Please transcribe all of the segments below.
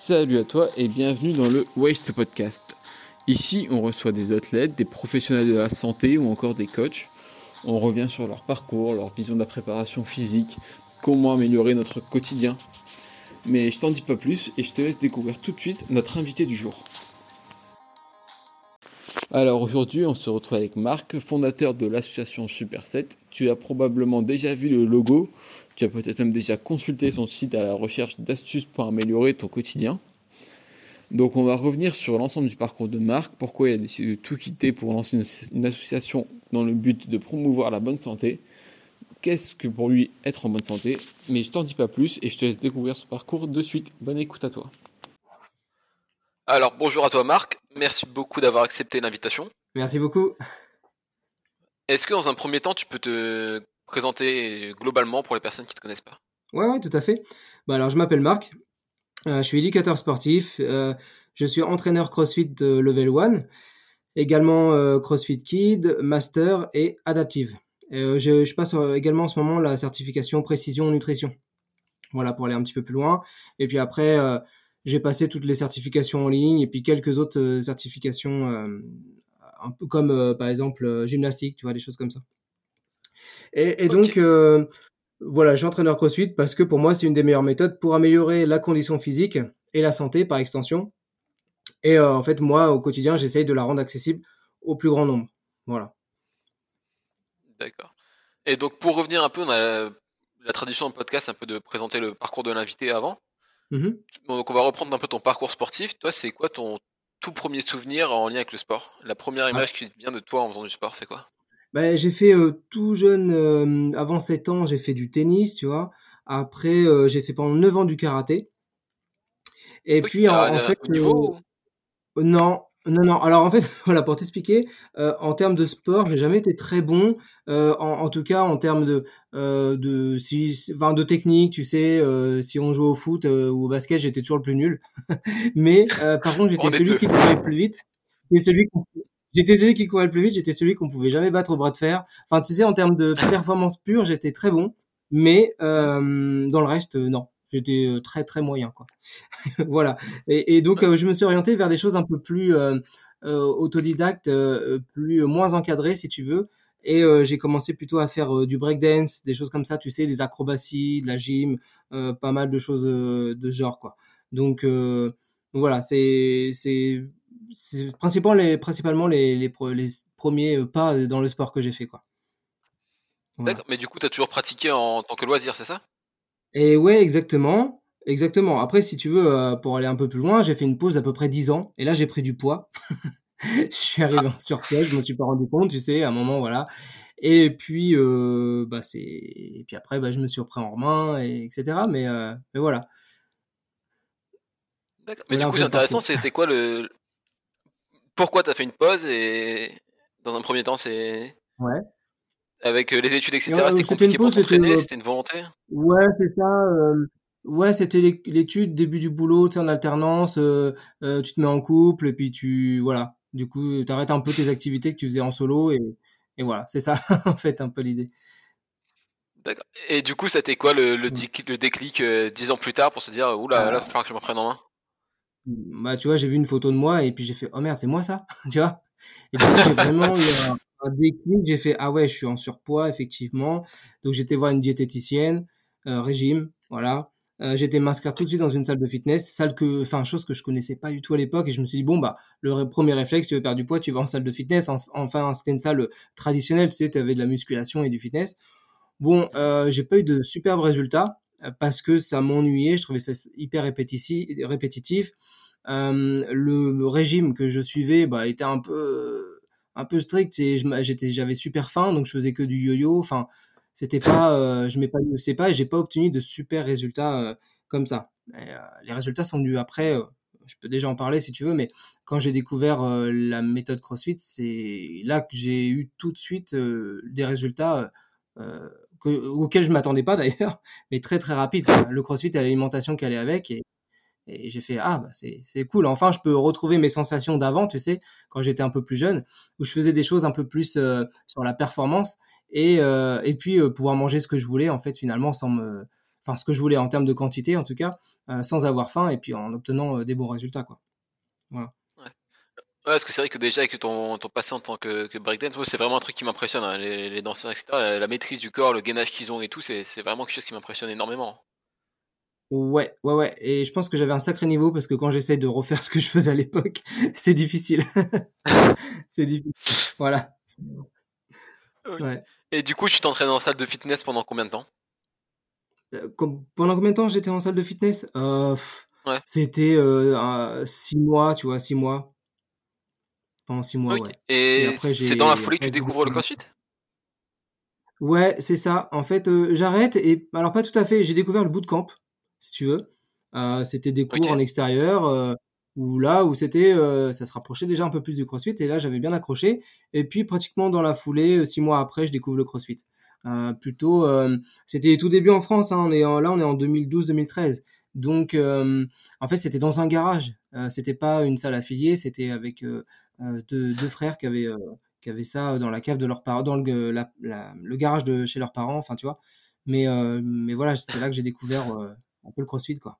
Salut à toi et bienvenue dans le Waste Podcast. Ici, on reçoit des athlètes, des professionnels de la santé ou encore des coachs. On revient sur leur parcours, leur vision de la préparation physique, comment améliorer notre quotidien. Mais je t'en dis pas plus et je te laisse découvrir tout de suite notre invité du jour. Alors aujourd'hui, on se retrouve avec Marc, fondateur de l'association Super 7. Tu as probablement déjà vu le logo, tu as peut-être même déjà consulté son site à la recherche d'astuces pour améliorer ton quotidien. Donc on va revenir sur l'ensemble du parcours de Marc, pourquoi il a décidé de tout quitter pour lancer une association dans le but de promouvoir la bonne santé. Qu'est-ce que pour lui être en bonne santé? Mais je t'en dis pas plus et je te laisse découvrir son parcours de suite. Bonne écoute à toi. Alors bonjour à toi Marc, merci beaucoup d'avoir accepté l'invitation. Merci beaucoup. Est-ce que dans un premier temps tu peux te présenter globalement pour les personnes qui ne te connaissent pas? Ouais, tout à fait. Alors je m'appelle Marc, je suis éducateur sportif, je suis entraîneur CrossFit de Level 1, également CrossFit Kid, Master et Adaptive. Je passe également en ce moment la certification Précision Nutrition, voilà, pour aller un petit peu plus loin. Et puis après, j'ai passé toutes les certifications en ligne et puis quelques autres certifications, un peu comme par exemple gymnastique, tu vois, des choses comme ça. Et donc, voilà, je suis entraîneur CrossFit parce que pour moi, c'est une des meilleures méthodes pour améliorer la condition physique et la santé par extension. Et en fait, moi, au quotidien, j'essaye de la rendre accessible au plus grand nombre. Voilà. D'accord. Et donc pour revenir un peu, on a la tradition en podcast un peu de présenter le parcours de l'invité avant. Mhm. Donc on va reprendre un peu ton parcours sportif. Toi, c'est quoi ton tout premier souvenir en lien avec le sport? La première image qui te vient de toi en faisant du sport, c'est quoi? J'ai fait tout jeune, avant 7 ans, j'ai fait du tennis, tu vois. Après, j'ai fait pendant 9 ans du karaté. Et Oui, puis, en fait, au niveau non, non. Alors en fait, voilà, pour t'expliquer, en termes de sport, j'ai jamais été très bon, en tout cas en termes de technique, tu sais, si on jouait au foot, ou au basket, j'étais toujours le plus nul. Mais par contre, on j'étais est celui deux. qui courait le plus vite. J'étais celui qui courait le plus vite, j'étais celui qu'on pouvait jamais battre au bras de fer. Enfin, tu sais, en termes de performance pure, j'étais très bon, mais dans le reste, non. J'étais très très moyen, quoi. Voilà. Et donc, je me suis orienté vers des choses un peu plus autodidactes, moins encadrées, si tu veux. Et j'ai commencé plutôt à faire du breakdance, des choses comme ça, tu sais, des acrobaties, de la gym, pas mal de choses de ce genre, quoi. Donc, voilà, c'est principalement les premiers pas dans le sport que j'ai fait, quoi. Voilà. D'accord, mais du coup, tu as toujours pratiqué en tant que loisir, c'est ça? Et ouais, exactement, exactement. Après, si tu veux, pour aller un peu plus loin, j'ai fait une pause d'à peu près 10 ans et là, j'ai pris du poids. Je suis arrivé en surpoids, je me suis pas rendu compte, tu sais, à un moment, voilà. Et puis, et puis après, je me suis repris en main, et etc. Mais voilà, D'accord. Mais du voilà un coup, peu c'est le intéressant, parcours. c'était quoi le pourquoi t'as fait une pause et dans un premier temps, c'est Ouais. avec les études, Et etc. C'était c'était une compliqué pour pause, t'entraîner, c'était une volonté? ouais, c'est ça. Ouais, c'était l'étude, début du boulot, tu sais, en alternance. Tu te mets en couple et puis voilà. Du coup, tu arrêtes un peu tes activités que tu faisais en solo et voilà, c'est ça, en fait, un peu l'idée. D'accord. Et du coup, c'était quoi Ouais. le déclic 10 ans plus tard pour se dire, oula, là, il va Bah, falloir que je me prenne en main? tu vois, j'ai vu une photo de moi et puis j'ai fait, oh merde, c'est moi ça, tu vois? Et du coup, j'ai vraiment eu un déclic. J'ai fait, ah ouais, je suis en surpoids, effectivement. Donc, j'étais voir une diététicienne, régime, voilà. J'ai été m'inscrire tout de suite dans une salle de fitness, enfin, chose que je connaissais pas du tout à l'époque. Et je me suis dit, bon, premier réflexe, tu veux perdre du poids, tu vas en salle de fitness. Enfin, c'était une salle traditionnelle, tu sais, tu avais de la musculation et du fitness. Bon, j'ai pas eu de superbes résultats parce que ça m'ennuyait. Je trouvais ça hyper répétitif. Le régime que je suivais était un peu strict et j'avais super faim, donc je faisais que du yo-yo. Enfin, c'était pas, je m'épanouissais pas et j'ai pas obtenu de super résultats comme ça. Et, les résultats sont dus après. Je peux déjà en parler si tu veux, mais quand j'ai découvert la méthode CrossFit, c'est là que j'ai eu tout de suite des résultats auxquels je m'attendais pas d'ailleurs, mais très très rapides, quoi. Le CrossFit et l'alimentation qui allait avec et j'ai fait ah c'est cool. Enfin, je peux retrouver mes sensations d'avant, tu sais, quand j'étais un peu plus jeune, où je faisais des choses un peu plus sur la performance et puis pouvoir manger ce que je voulais en fait finalement enfin ce que je voulais en termes de quantité en tout cas, sans avoir faim et puis en obtenant des bons résultats, quoi. Voilà. Ouais. Ouais, parce que c'est vrai que déjà avec ton passé en tant que breakdance, moi c'est vraiment un truc qui m'impressionne, hein, les danseurs, etc. La maîtrise du corps, le gainage qu'ils ont et tout, c'est vraiment quelque chose qui m'impressionne énormément. Ouais, ouais, ouais. Et je pense que j'avais un sacré niveau parce que quand j'essaie de refaire ce que je faisais à l'époque, c'est difficile. C'est difficile. Voilà. Ok. Ouais. Et du coup, tu t'entraînes en salle de fitness pendant combien de temps? Pendant combien de temps j'étais en salle de fitness? Ouais. C'était 6 mois, tu vois, 6 mois. Pendant 6 mois, Ok. ouais. Et Et c'est dans la foulée que tu j'ai découvres le découvert. CrossFit? Ouais, c'est ça. En fait, j'arrête et alors pas tout à fait, j'ai découvert le bootcamp, si tu veux. C'était des cours en Ok. extérieur, où c'était, ça se rapprochait déjà un peu plus du CrossFit et là, j'avais bien accroché et puis pratiquement dans la foulée, 6 mois après, je découvre le CrossFit. Plutôt, c'était les tout débuts en France, hein, on est en 2012-2013. Donc, en fait, c'était dans un garage. C'était pas une salle affiliée, c'était avec, 2 frères qui avaient ça dans la cave de leurs parents, dans le garage de chez leurs parents, enfin, tu vois. Mais voilà, c'est là que j'ai découvert un peu le CrossFit, quoi.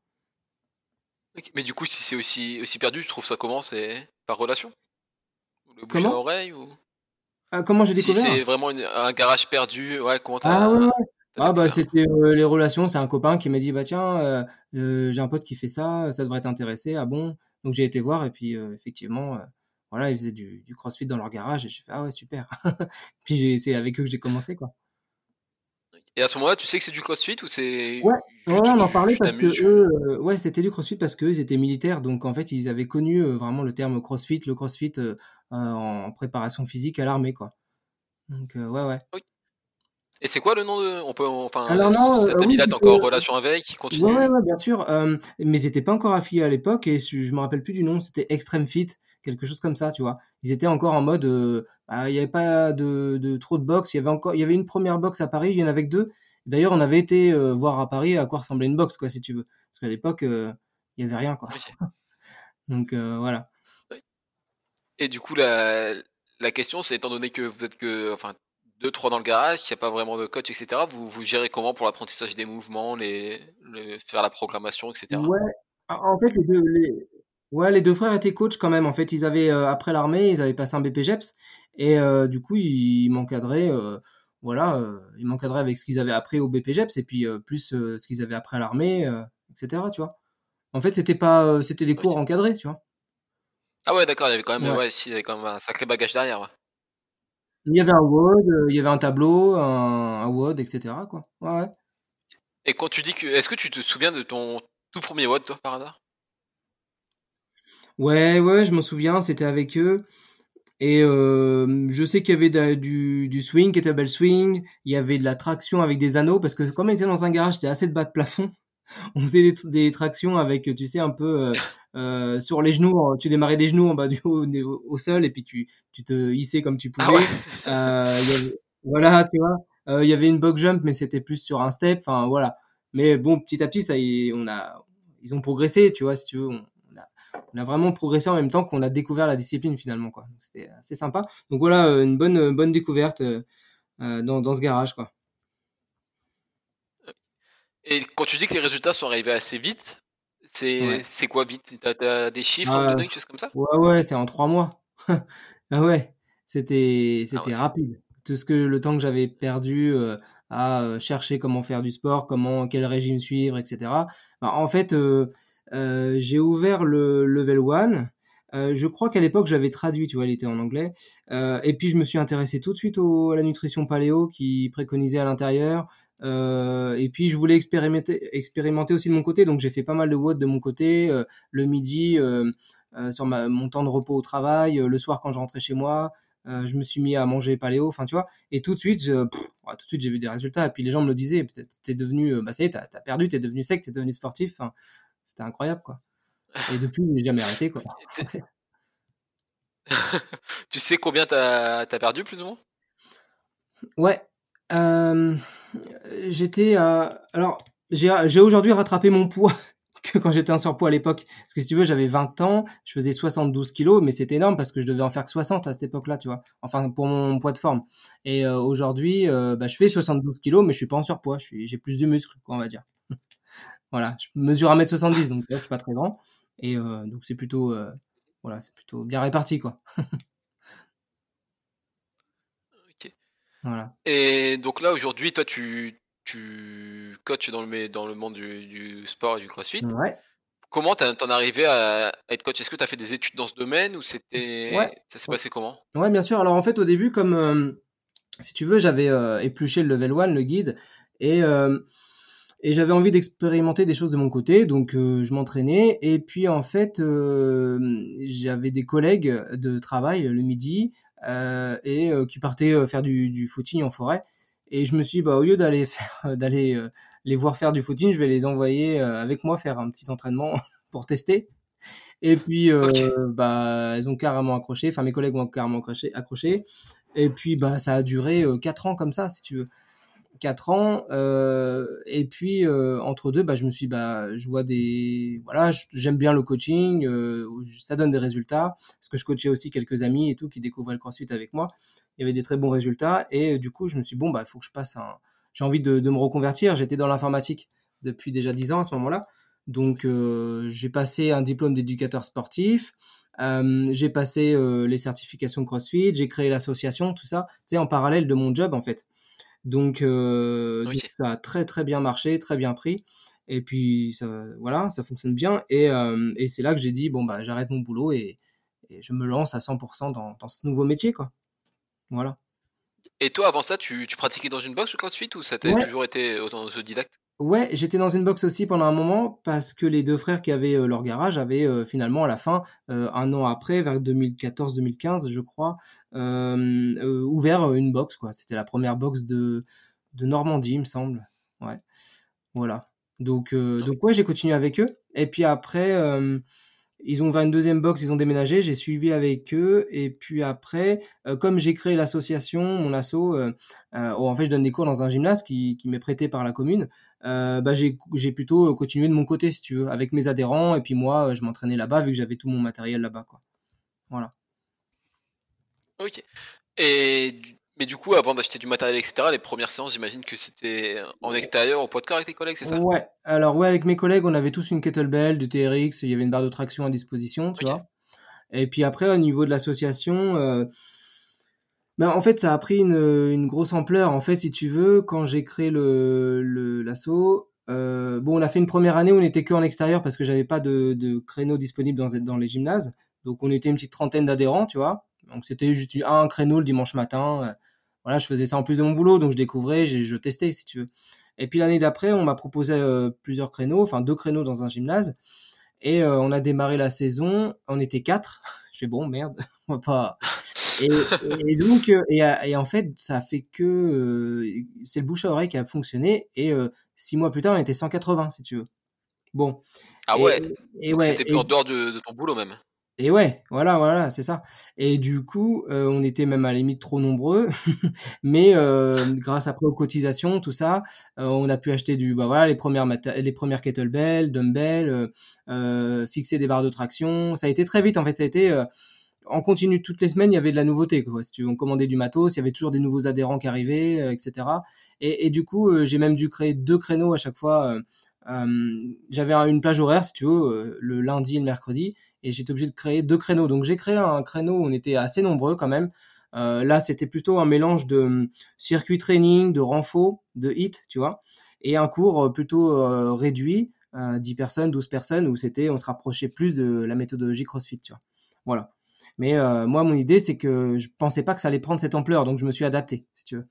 Ok. Mais du coup, si c'est aussi perdu, tu trouves ça comment? C'est par relation? Ou le bouche à Comment? oreille ou Comment j'ai si découvert? c'est vraiment un garage perdu, ouais, comment Ah ouais, ouais. t'as Ah bah découvert? c'était les relations. C'est un copain qui m'a dit bah tiens, j'ai un pote qui fait ça devrait t'intéresser. Ah bon? Donc j'ai été voir et puis effectivement, voilà, ils faisaient du CrossFit dans leur garage et j'ai fait ah ouais super. Puis c'est avec eux que j'ai commencé quoi. Et à ce moment-là, tu sais que c'est du CrossFit ou Ouais, c'est ouais, ouais, juste on en tu parlait tu parce que t'amuses, eux, ouais, c'était du CrossFit parce qu'eux, ils étaient militaires, donc en fait, ils avaient connu, vraiment le CrossFit, en préparation physique à l'armée, quoi. Donc ouais, ouais. OK. Et c'est quoi le nom de on peut enfin, Alors non, cet oui, ami-là, tu tu encore en peux relation avec? Il ouais, ouais, continue? ouais, bien sûr, mais ils étaient pas encore affiliés à l'époque et je me rappelle plus du nom, c'était Extreme Fit, quelque chose comme ça, tu vois? Ils étaient encore en mode, il y avait pas de trop de box, il y avait une première box à Paris, il y en avait que 2. D'ailleurs, on avait été, voir à Paris à quoi ressemblait une box, quoi, si tu veux. Parce qu'à l'époque, il y avait rien, quoi. OK. Donc voilà. Oui. Et du coup, la question, c'est étant donné que vous êtes que enfin deux trois dans le garage, qu'il y a pas vraiment de coach et cetera, vous gérez comment pour l'apprentissage des mouvements, faire la programmation et cetera? Ouais, en fait, les 2 frères étaient coachs quand même. En fait, ils avaient, après l'armée, ils avaient passé un BPGEPS et du coup, ils m'encadraient, voilà, ils m'encadraient avec ce qu'ils avaient appris au BPGEPS et puis, plus, ce qu'ils avaient appris à l'armée, et cetera, tu vois? En fait, c'était pas, c'était des cours OK. encadrés, tu vois? Ah ouais, d'accord, il y avait quand même, Ouais. ouais, si, il y avait quand même un sacré bagage derrière, ouais. Il y avait un WOD, il y avait un tableau, un WOD et cetera, quoi. Ouais, ouais. Et quand tu dis que est-ce que tu te souviens de ton tout premier WOD, toi, par hasard? Ouais, ouais, je m'en souviens, c'était avec eux. Et je sais qu'il y avait du swing, kettlebell swing, il y avait de la traction avec des anneaux parce que comme on était dans un garage, c'était assez de bas de plafond. On faisait des tractions avec, tu sais, un peu sur les genoux. Tu démarrais des genoux en bas au sol et puis tu te hissais comme tu Ah ouais! pouvais. Voilà, tu vois. Il y avait une box jump, mais c'était plus sur un step. Enfin voilà. Mais bon, petit à petit, ils ont progressé, tu vois, si tu veux. On a vraiment progressé en même temps qu'on a découvert la discipline finalement, quoi. Donc, c'était assez sympa. Donc voilà, une bonne découverte dans ce garage, quoi. Et quand tu dis que les résultats sont arrivés assez vite, c'est Ouais. c'est quoi vite? Tu des chiffres à me Ah, donner, quelque chose comme ça? ouais, ouais, c'est en 3 mois. Ah ouais, Ah ouais. c'était rapide. Le temps que j'avais perdu à chercher comment faire du sport, quel régime suivre, etc. Bah, en fait, j'ai ouvert le level 1. Je crois qu'à l'époque, j'avais traduit, tu vois, il était en anglais. Et puis, je me suis intéressé tout de suite à la nutrition paléo qui préconisait à l'intérieur. Et puis, je voulais expérimenter aussi de mon côté. Donc, j'ai fait pas mal de WOD de mon côté. Le midi, sur mon temps de repos au travail, le soir quand je rentrais chez moi, je me suis mis à manger paléo, enfin tu vois, et ouais, tout de suite j'ai vu des résultats, et puis les gens me le disaient, peut-être t'es devenu, bah ça y est, t'as perdu, t'es devenu sec, t'es devenu sportif, enfin, c'était incroyable quoi. Et depuis, j'ai jamais arrêté quoi. Et tu sais combien t'as perdu plus ou moins? Ouais, alors j'ai aujourd'hui rattrapé mon poids que quand j'étais en surpoids à l'époque. Parce que si tu veux, j'avais 20 ans, je faisais 72 kilos, mais c'était énorme parce que je devais en faire que 60 à cette époque-là, tu vois. Enfin, pour mon poids de forme. Et aujourd'hui, je fais 72 kilos, mais je suis pas en surpoids. J'ai plus de muscle, quoi, on va dire. Voilà, je mesure 1m70, donc je suis pas très grand. Et donc c'est plutôt, voilà, c'est plutôt bien réparti, quoi. Ok. Voilà. Et donc là, aujourd'hui, toi, tu coaches dans le monde du sport et du CrossFit. Ouais, Comment t'en es arrivé à être coach? Est-ce que tu as fait des études dans ce domaine ou ouais, ça s'est passé comment? ouais, bien sûr. Alors en fait, au début, comme si tu veux, j'avais épluché le level 1, le guide, et j'avais envie d'expérimenter des choses de mon côté, donc je m'entraînais. Et puis en fait, j'avais des collègues de travail le midi qui partaient faire du footing en forêt. Et je me suis dit, bah, au lieu d'aller les voir faire du footing, je vais les envoyer avec moi faire un petit entraînement pour tester. Et puis, Ok. elles ont carrément accroché. Enfin, mes collègues ont carrément accroché. Et puis, bah, ça a duré 4 ans comme ça, si tu veux. 4 ans. Et puis, entre deux, bah, je me suis, bah, je vois des, voilà, j'aime bien le coaching, ça donne des résultats. Parce que je coachais aussi quelques amis et tout qui découvraient le CrossFit avec moi. Il y avait des très bons résultats. Et du coup, je me suis dit, bon, bah, il faut que je passe j'ai envie de me reconvertir. J'étais dans l'informatique depuis déjà 10 ans à ce moment-là. Donc, j'ai passé un diplôme d'éducateur sportif. J'ai passé les certifications CrossFit. J'ai créé l'association, tout ça, tu sais, en parallèle de mon job, en fait. Donc Ok. ça a très très bien marché, très bien pris. Et puis ça, voilà, ça fonctionne bien. Et c'est là que j'ai dit bon bah j'arrête mon boulot et je me lance à 100% dans ce nouveau métier quoi. Voilà. Et toi, avant ça, tu pratiquais dans une boxe le CrossFit ou ça t'a Ouais, toujours été autodidacte? ouais, j'étais dans une box aussi pendant un moment parce que les deux frères qui avaient leur garage avaient finalement à la fin, un an après, vers 2014-2015 je crois, ouvert une box quoi. C'était la première box de Normandie, il me semble. Ouais. Voilà. Non. Donc ouais, j'ai continué avec eux. Et puis après, ils ont ouvert une deuxième box, ils ont déménagé, j'ai suivi avec eux. Et puis après, comme j'ai créé l'association, mon asso, où en fait je donne des cours dans un gymnase qui m'est prêté par la commune, bah j'ai plutôt continué de mon côté, si tu veux, avec mes adhérents. Et puis moi, je m'entraînais là-bas vu que j'avais tout mon matériel là-bas, quoi. Voilà. Ok. Mais du coup, avant d'acheter du matériel, etc., les premières séances, j'imagine que c'était en extérieur, au poids de corps avec tes collègues, c'est ça? Ouais, alors ouais, avec mes collègues, on avait tous une kettlebell, du TRX, il y avait une barre de traction à disposition, tu Ok. vois. Et puis après, au niveau de l'association, en fait, ça a pris une grosse ampleur. En fait, si tu veux, quand j'ai créé l'asso, bon, on a fait une première année où on était que en extérieur parce que j'avais pas de créneau disponible dans les gymnases. Donc, on était une petite trentaine d'adhérents, tu vois. Donc, c'était juste un créneau le dimanche matin. Voilà, je faisais ça en plus de mon boulot, donc je découvrais, je testais, si tu veux. Et puis l'année d'après, on m'a proposé plusieurs créneaux, enfin 2 créneaux dans un gymnase. Et on a démarré la saison, on était quatre. Je fais bon, merde, on va pas. Et donc, et en fait, ça a fait que c'est le bouche à oreille qui a fonctionné. Et 6 mois plus tard, on était 180, si tu veux. Bon, Ah et, ouais. et Donc ouais, c'était en dehors de ton boulot même. et ouais, voilà, c'est ça. Et du coup, on était même à la limite trop nombreux, mais grâce après aux cotisations, tout ça, on a pu acheter bah voilà, les premières kettlebells, dumbbells, fixer des barres de traction. Ça a été très vite en fait. Ça a été en continu toutes les semaines, il y avait de la nouveauté quoi. Si tu veux, on commandait du matos, il y avait toujours des nouveaux adhérents qui arrivaient, etc. Et du coup, j'ai même dû créer 2 créneaux à chaque fois. J'avais une plage horaire, si tu veux, le lundi et le mercredi, et j'étais obligé de créer 2 créneaux. Donc j'ai créé un créneau où on était assez nombreux quand même. Là, c'était plutôt un mélange de circuit training, de renfo, de hit, tu vois, et un cours plutôt réduit, 10 personnes, 12 personnes, où on se rapprochait plus de la méthodologie CrossFit, tu vois. Voilà. Mais moi, mon idée, c'est que je pensais pas que ça allait prendre cette ampleur, donc je me suis adapté, si tu veux.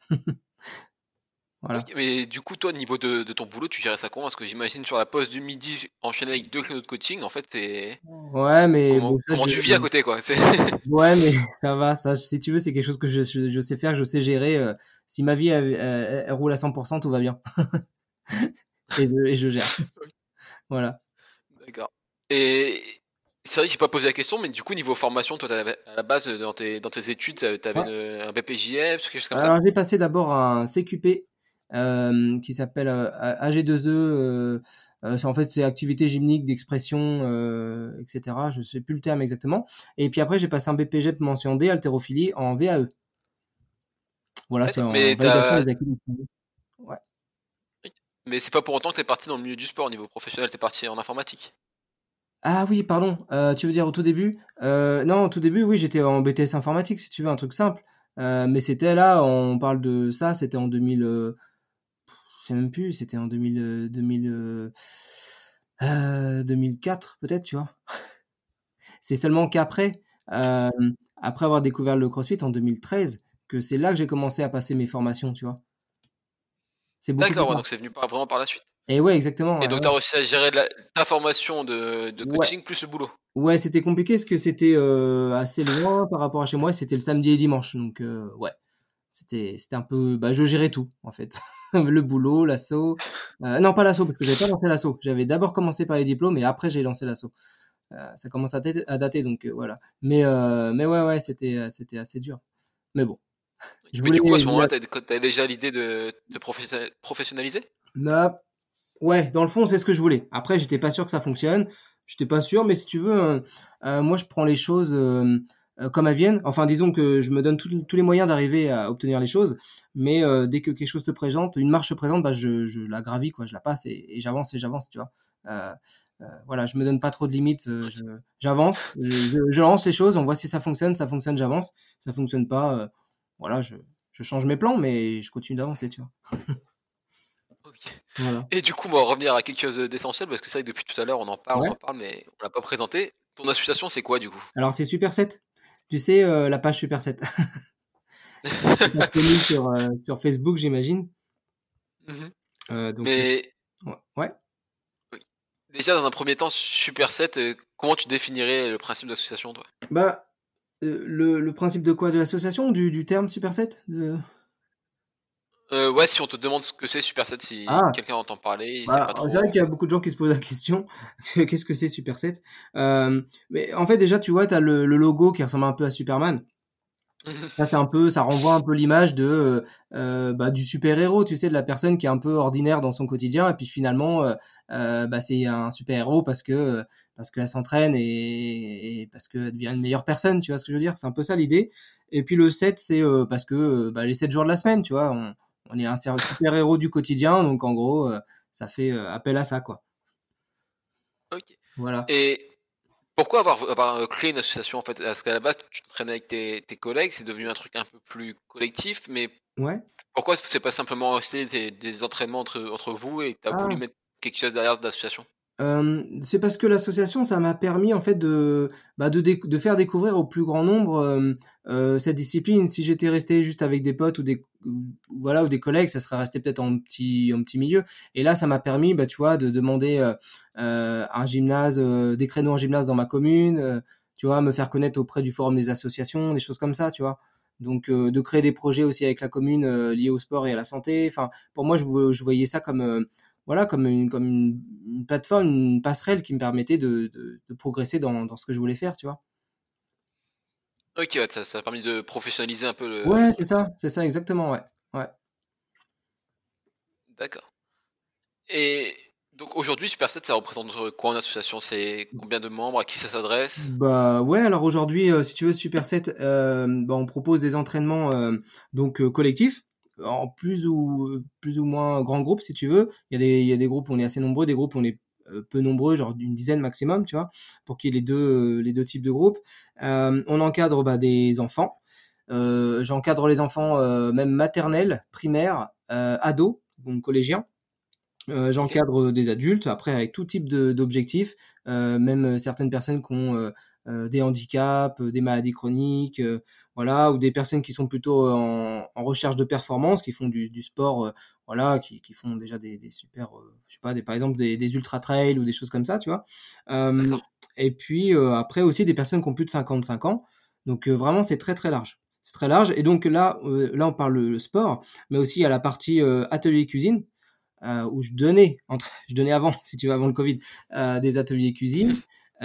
Voilà. Ok, mais du coup, toi, au niveau de ton boulot, tu gérais ça comment? Parce que j'imagine sur la pause du midi, enchaîner avec 2 créneaux de coaching, en fait, c'est Ouais, mais bon, comment tu vis à côté, quoi? ouais, mais ça va, ça, si tu veux, c'est quelque chose que je sais faire, je sais gérer. Si ma vie, elle roule à 100%, tout va bien. Et je gère. Voilà. D'accord. Et c'est vrai que j'ai pas posé la question, mais du coup, niveau formation, toi, à la base, dans tes études, t'avais Ouais. un BPJS, quelque chose comme ça? Alors, j'ai passé d'abord un CQP qui s'appelle AG2E. En fait, c'est activité gymnique d'expression, etc. Je sais plus le terme exactement. Et puis après, j'ai passé un BPGEP mention D, haltérophilie, en VAE. Voilà, c'est D'accord. en validation des activités. Ouais. Mais c'est pas pour autant que t'es parti dans le milieu du sport au niveau professionnel, t'es parti en informatique. Ah oui, pardon. Tu veux dire au tout début? Non, au tout début, oui, j'étais en BTS informatique, si tu veux, un truc simple. Mais c'était là, on parle de ça, c'était en 2000. Je sais même plus, c'était en 2004 peut-être, tu vois. C'est seulement qu'après, euh, après avoir découvert le CrossFit en 2013, que c'est là que j'ai commencé à passer mes formations, tu vois. C'est beaucoup plus D'accord, ouais, tard. donc c'est venu vraiment par la suite. Et ouais, exactement. Et Ouais, donc t'as réussi à gérer ta formation de ouais. coaching plus le boulot. Ouais, c'était compliqué parce que c'était assez loin par rapport à chez moi. C'était le samedi et dimanche, donc ouais, c'était un peu. Bah, je gérais tout en fait, le boulot, l'assaut. Non, pas l'assaut parce que j'avais pas lancé l'assaut. J'avais d'abord commencé par les diplômes et après j'ai lancé l'assaut. Ça commence à dater, donc voilà. Mais ouais, ouais, c'était assez dur. Mais bon, je Mais voulais. du coup, à ce moment-là, t'avais déjà l'idée de professionnaliser? Là, ouais, dans le fond, c'est ce que je voulais. Après, j'étais pas sûr que ça fonctionne. J'étais pas sûr, mais si tu veux, moi, je prends les choses comme elles viennent. Enfin, disons que je me donne tous les moyens d'arriver à obtenir les choses, mais dès que quelque chose te présente, une marche se présente, bah, je la gravis, quoi, je la passe et j'avance, tu vois. Euh, voilà, je me donne pas trop de limites. J'avance, je lance les choses, on voit si ça fonctionne, j'avance. Ça fonctionne pas, voilà, je change mes plans, mais je continue d'avancer, tu vois. Ok. Voilà. Et du coup, on va revenir à quelque chose d'essentiel, parce que c'est vrai que depuis tout à l'heure, Ouais. mais on l'a pas présenté. Ton association, c'est quoi du coup? Alors c'est Superset. Tu sais, la page Superset. C'est pas connu sur Facebook, j'imagine. Mhm. Donc c'est Mais ouais. Ouais. oui. Déjà, dans un premier temps, Superset, comment tu définirais le principe d'association, toi? Bah, le principe de quoi? De l'association? Du terme Superset? Ouais, si on te demande ce que c'est Superset, si Ah! quelqu'un entend parler, il sait Bah, pas c'est vrai trop. qu'il y a beaucoup de gens qui se posent la question, qu'est-ce que c'est Superset? Mais en fait, déjà, tu vois, tu as le logo qui ressemble un peu à Superman. Ça, ça renvoie un peu l'image bah, du super-héros, tu sais, de la personne qui est un peu ordinaire dans son quotidien, et puis finalement, bah, c'est un super-héros parce qu'elle s'entraîne et parce qu'elle devient une meilleure personne, tu vois ce que je veux dire? C'est un peu ça l'idée. Et puis le 7, c'est parce que bah, les 7 jours de la semaine, tu vois, on est un super-héros du quotidien, donc en gros, ça fait appel à ça, quoi. Ok. Voilà. Et pourquoi avoir créé une association en fait? Parce qu'à la base, tu t'entraînais avec tes collègues, c'est devenu un truc un peu plus collectif, mais Ouais. pourquoi c'est pas simplement rester des entraînements entre vous et tu as voulu Ah! mettre quelque chose derrière d'association? C'est parce que l'association, ça m'a permis en fait de faire découvrir au plus grand nombre, cette discipline. Si j'étais resté juste avec des potes ou des collègues, ça serait resté peut-être en petit milieu. Et là, ça m'a permis, bah, tu vois, de demander, un gymnase, des créneaux en gymnase dans ma commune, tu vois? Me faire connaître auprès du forum des associations, des choses comme ça, tu vois? Donc de créer des projets aussi avec la commune, liés au sport et à la santé. Enfin, pour moi, je voyais ça comme, voilà, comme une plateforme, une passerelle qui me permettait de progresser dans ce que je voulais faire, tu vois? Ok, ouais, ça a permis de professionnaliser un peu le Ouais, truc, quoi. c'est ça, exactement, ouais. Ouais. D'accord. Et donc aujourd'hui, Superset, ça représente quoi en association? C'est combien de membres? À qui ça s'adresse? Bah, ouais, alors aujourd'hui, si tu veux, Superset, bah, on propose des entraînements, donc collectifs, en plus ou moins grands groupes, si tu veux. Il y a des groupes où on est assez nombreux, des groupes où on est, peu nombreux, genre d'une dizaine maximum, tu vois? Pour qu'il y ait les deux types de groupes. On encadre, bah, des enfants. J'encadre les enfants, même maternels, primaires, ados, donc collégiens. Ok. J'encadre des adultes, après avec tout type d'objectifs, même certaines personnes qui ont des handicaps, des maladies chroniques, voilà, ou des personnes qui sont plutôt en recherche de performance, qui font du sport, voilà, qui font déjà des super, je sais pas, par exemple des ultra trails ou des choses comme ça, tu vois. Euh, D'accord. et puis après aussi des personnes qui ont plus de 55 ans, donc vraiment c'est très très large. C'est très large, et donc là on parle le sport, mais aussi il y a la partie atelier cuisine, où je donnais avant, si tu veux, avant le Covid, des ateliers cuisine.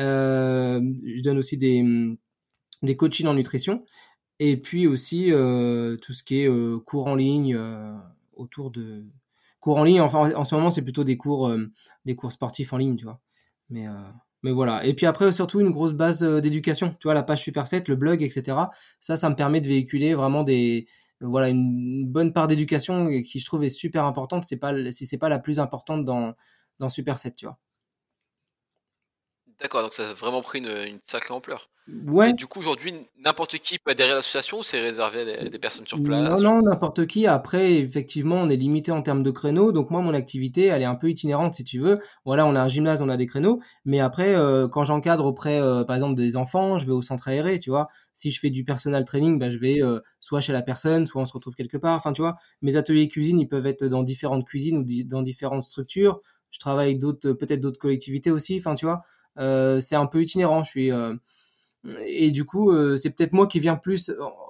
Je donne aussi des coachings en nutrition. Et puis aussi tout ce qui est cours en ligne. autour de cours en ligne. Enfin, en ce moment, c'est plutôt des cours sportifs en ligne, tu vois. Mais, euh, mais voilà. Et puis après, surtout une grosse base d'éducation. Tu vois, la page Super7, le blog, etc. Ça me permet de véhiculer vraiment voilà, une bonne part d'éducation qui, je trouve, est super importante. Si c'est pas la plus importante dans Super7, tu vois. D'accord, donc ça a vraiment pris une sacrée ampleur. Ouais. Et du coup, aujourd'hui, n'importe qui peut adhérer à l'association ou c'est réservé à des personnes sur Non, place non, ou... n'importe qui. Après, effectivement, on est limité en termes de créneaux. Donc moi, mon activité, elle est un peu itinérante, si tu veux. Voilà, on a un gymnase, on a des créneaux. Mais après, quand j'encadre auprès, par exemple, des enfants, je vais au centre aéré, tu vois. Si je fais du personal training, bah, je vais soit chez la personne, soit on se retrouve quelque part. Enfin, tu vois, mes ateliers cuisine, ils peuvent être dans différentes cuisines ou dans différentes structures. Je travaille avec peut-être d'autres collectivités aussi. Enfin, tu vois, c'est un peu itinérant. Et du coup, c'est peut-être moi qui viens plus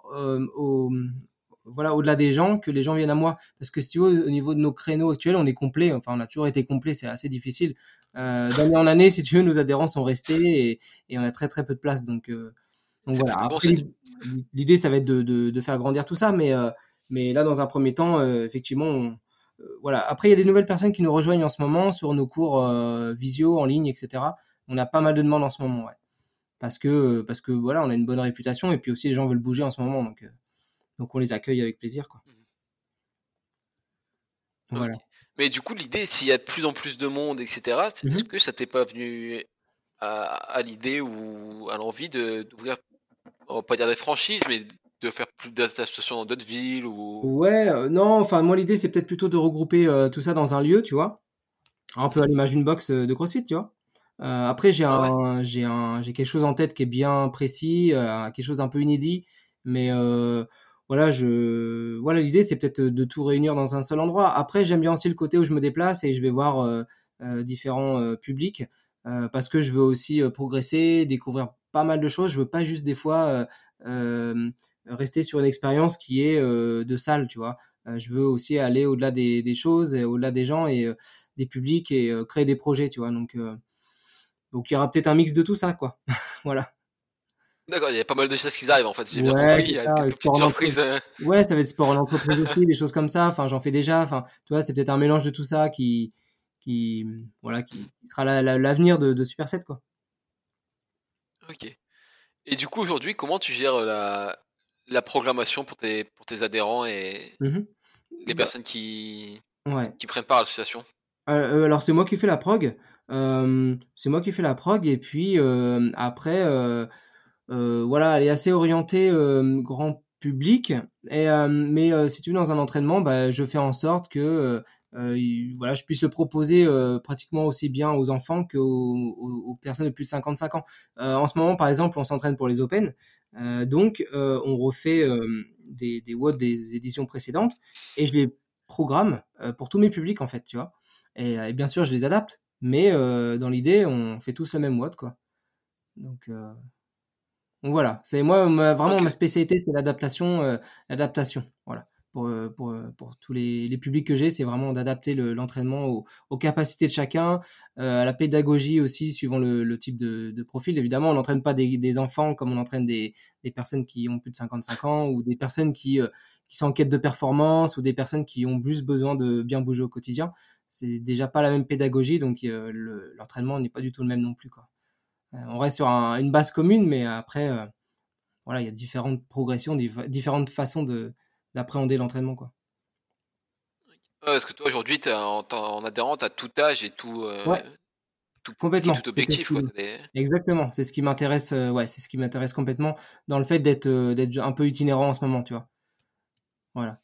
voilà, au-delà des gens, que les gens viennent à moi. Parce que si tu veux, au niveau de nos créneaux actuels, on est complet. Enfin, on a toujours été complet, c'est assez difficile. D'année en année, si tu veux, nos adhérents sont restés et on a très très peu de place. Donc C'est voilà. plutôt bon Après, signe. l'idée, ça va être de faire grandir tout ça. Mais là, dans un premier temps, effectivement, voilà. Après, il y a des nouvelles personnes qui nous rejoignent en ce moment sur nos cours visio, en ligne, etc. On a pas mal de demandes en ce moment, ouais. Parce que voilà, on a une bonne réputation et puis aussi les gens veulent bouger en ce moment. Donc on les accueille avec plaisir, quoi. Ok. Voilà. Mais du coup, l'idée, s'il y a de plus en plus de monde, etc., est-ce Mhm. que ça t'est pas venu à l'idée ou à l'envie d'ouvrir, on va pas dire des franchises, mais de faire plus d'associations dans d'autres villes ou... Ouais, non, enfin, moi, l'idée, c'est peut-être plutôt de regrouper tout ça dans un lieu, tu vois. Un peu Mhm. à l'image d'une box de CrossFit, tu vois. Après, Ah ouais. j'ai quelque chose en tête qui est bien précis, quelque chose d'un peu inédit. Mais voilà, voilà, l'idée, c'est peut-être de tout réunir dans un seul endroit. Après, j'aime bien aussi le côté où je me déplace et je vais voir différents publics parce que je veux aussi progresser, découvrir pas mal de choses. Je veux pas juste des fois rester sur une expérience qui est de salle, tu vois. Je veux aussi aller au-delà des choses, et au-delà des gens et des publics et créer des projets, tu vois. Donc il y aura peut-être un mix de tout ça, quoi. Voilà. D'accord, il y a pas mal de choses qui arrivent en fait, si j'ai bien Ouais, compris. Il c'est y a ça. Et quelques petites sport en surprises. entreprise. Ouais, ça va être sport en entreprise aussi, des choses comme ça. Enfin, j'en fais déjà. Enfin, tu vois, c'est peut-être un mélange de tout ça qui, voilà, Mhm. qui sera l'avenir de Super 7, quoi. Ok. Et du coup, aujourd'hui, comment tu gères la programmation pour tes adhérents et Mhm. les Bah, personnes ouais. qui prennent part à l'association? Alors c'est moi qui fais la prog. C'est moi qui fais la prog et puis après voilà, elle est assez orientée grand public mais si tu veux dans un entraînement, bah, je fais en sorte que voilà, je puisse le proposer pratiquement aussi bien aux enfants aux personnes de plus de 55 ans. En ce moment, par exemple, on s'entraîne pour les Open, donc on refait des WOD des éditions précédentes et je les programme pour tous mes publics en fait, tu vois. Et bien sûr, je les adapte, mais dans l'idée, on fait tous le même WOD, quoi. Donc, euh, donc voilà, c'est moi vraiment Ok. ma spécialité, c'est l'adaptation. Voilà. Pour tous les publics que j'ai, c'est vraiment d'adapter l'entraînement aux capacités de chacun, à la pédagogie aussi, suivant le type de profil. Évidemment, on n'entraîne pas des enfants comme on entraîne des personnes qui ont plus de 55 ans ou des personnes qui sont en quête de performance ou des personnes qui ont juste besoin de bien bouger au quotidien. C'est déjà pas la même pédagogie, donc l'entraînement n'est pas du tout le même non plus, quoi. On reste sur une base commune, mais après, voilà, il y a différentes progressions, différentes façons d'appréhender l'entraînement, quoi. Ouais, parce que toi, aujourd'hui, t'es en adhérent, t'as tout âge et Ouais, tout public et complètement. tout C'est objectif, quoi. exactement. C'est ce qui m'intéresse. Ouais, c'est ce qui m'intéresse complètement dans le fait d'être un peu itinérant en ce moment, tu vois. Voilà.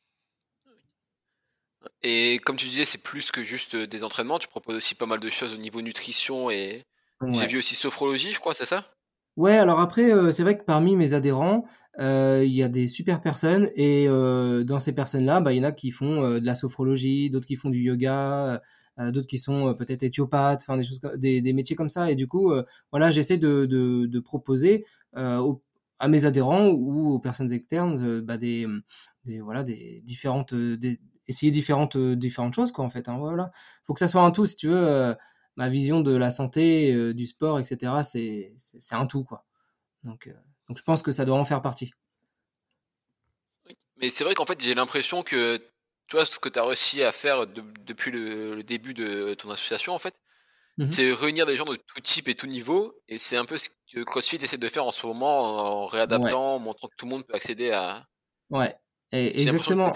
Et comme tu disais, c'est plus que juste des entraînements, tu proposes aussi pas mal de choses au niveau nutrition et j'ai Ouais. vu aussi sophrologie, je crois, c'est ça? Ouais, alors après, c'est vrai que parmi mes adhérents, il y a des super personnes et dans ces personnes-là, bah, il y en a qui font, de la sophrologie, d'autres qui font du yoga, d'autres qui sont, peut-être éthiopathes, enfin des choses co des métiers comme ça et du coup, voilà, j'essaie de proposer, aux à mes adhérents ou aux personnes externes, bah, voilà, des différentes, essayer différentes choses quoi, en fait, hein, voilà. Faut que ça soit un tout si tu veux, ma vision de la santé, du sport, etc. C'est un tout, quoi. Donc, euh, donc je pense que ça doit en faire partie. Oui. Mais c'est vrai qu'en fait, j'ai l'impression que toi, ce que tu as réussi à faire depuis le début de ton association, en fait, Mmh. c'est réunir des gens de tout type et tout niveau, et c'est un peu ce que CrossFit essaie de faire en ce moment en Ouais, réadaptant, en montrant que tout le monde peut accéder à. ouais, J'ai l'impression exactement.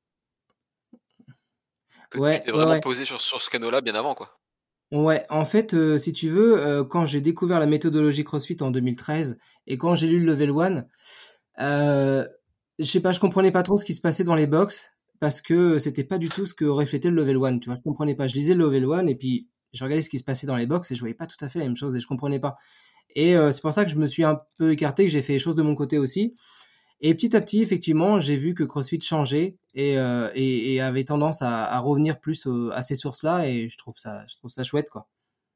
que tu Ouais, t'es ouais, vraiment ouais. posé sur ce créneau-là bien avant, quoi. Ouais, en fait, si tu veux, quand j'ai découvert la méthodologie CrossFit en 2013 et quand j'ai lu le Level One, je sais pas, je comprenais pas trop ce qui se passait dans les box parce que c'était pas du tout ce que reflétait le Level One, tu vois? Je comprenais pas. Je lisais le Level One et puis je regardais ce qui se passait dans les box et je voyais pas tout à fait la même chose et je comprenais pas et c'est pour ça que je me suis un peu écarté, que j'ai fait les choses de mon côté aussi et petit à petit, effectivement, j'ai vu que CrossFit changeait et avait tendance à revenir plus, à ces sources-là et je trouve ça chouette, quoi.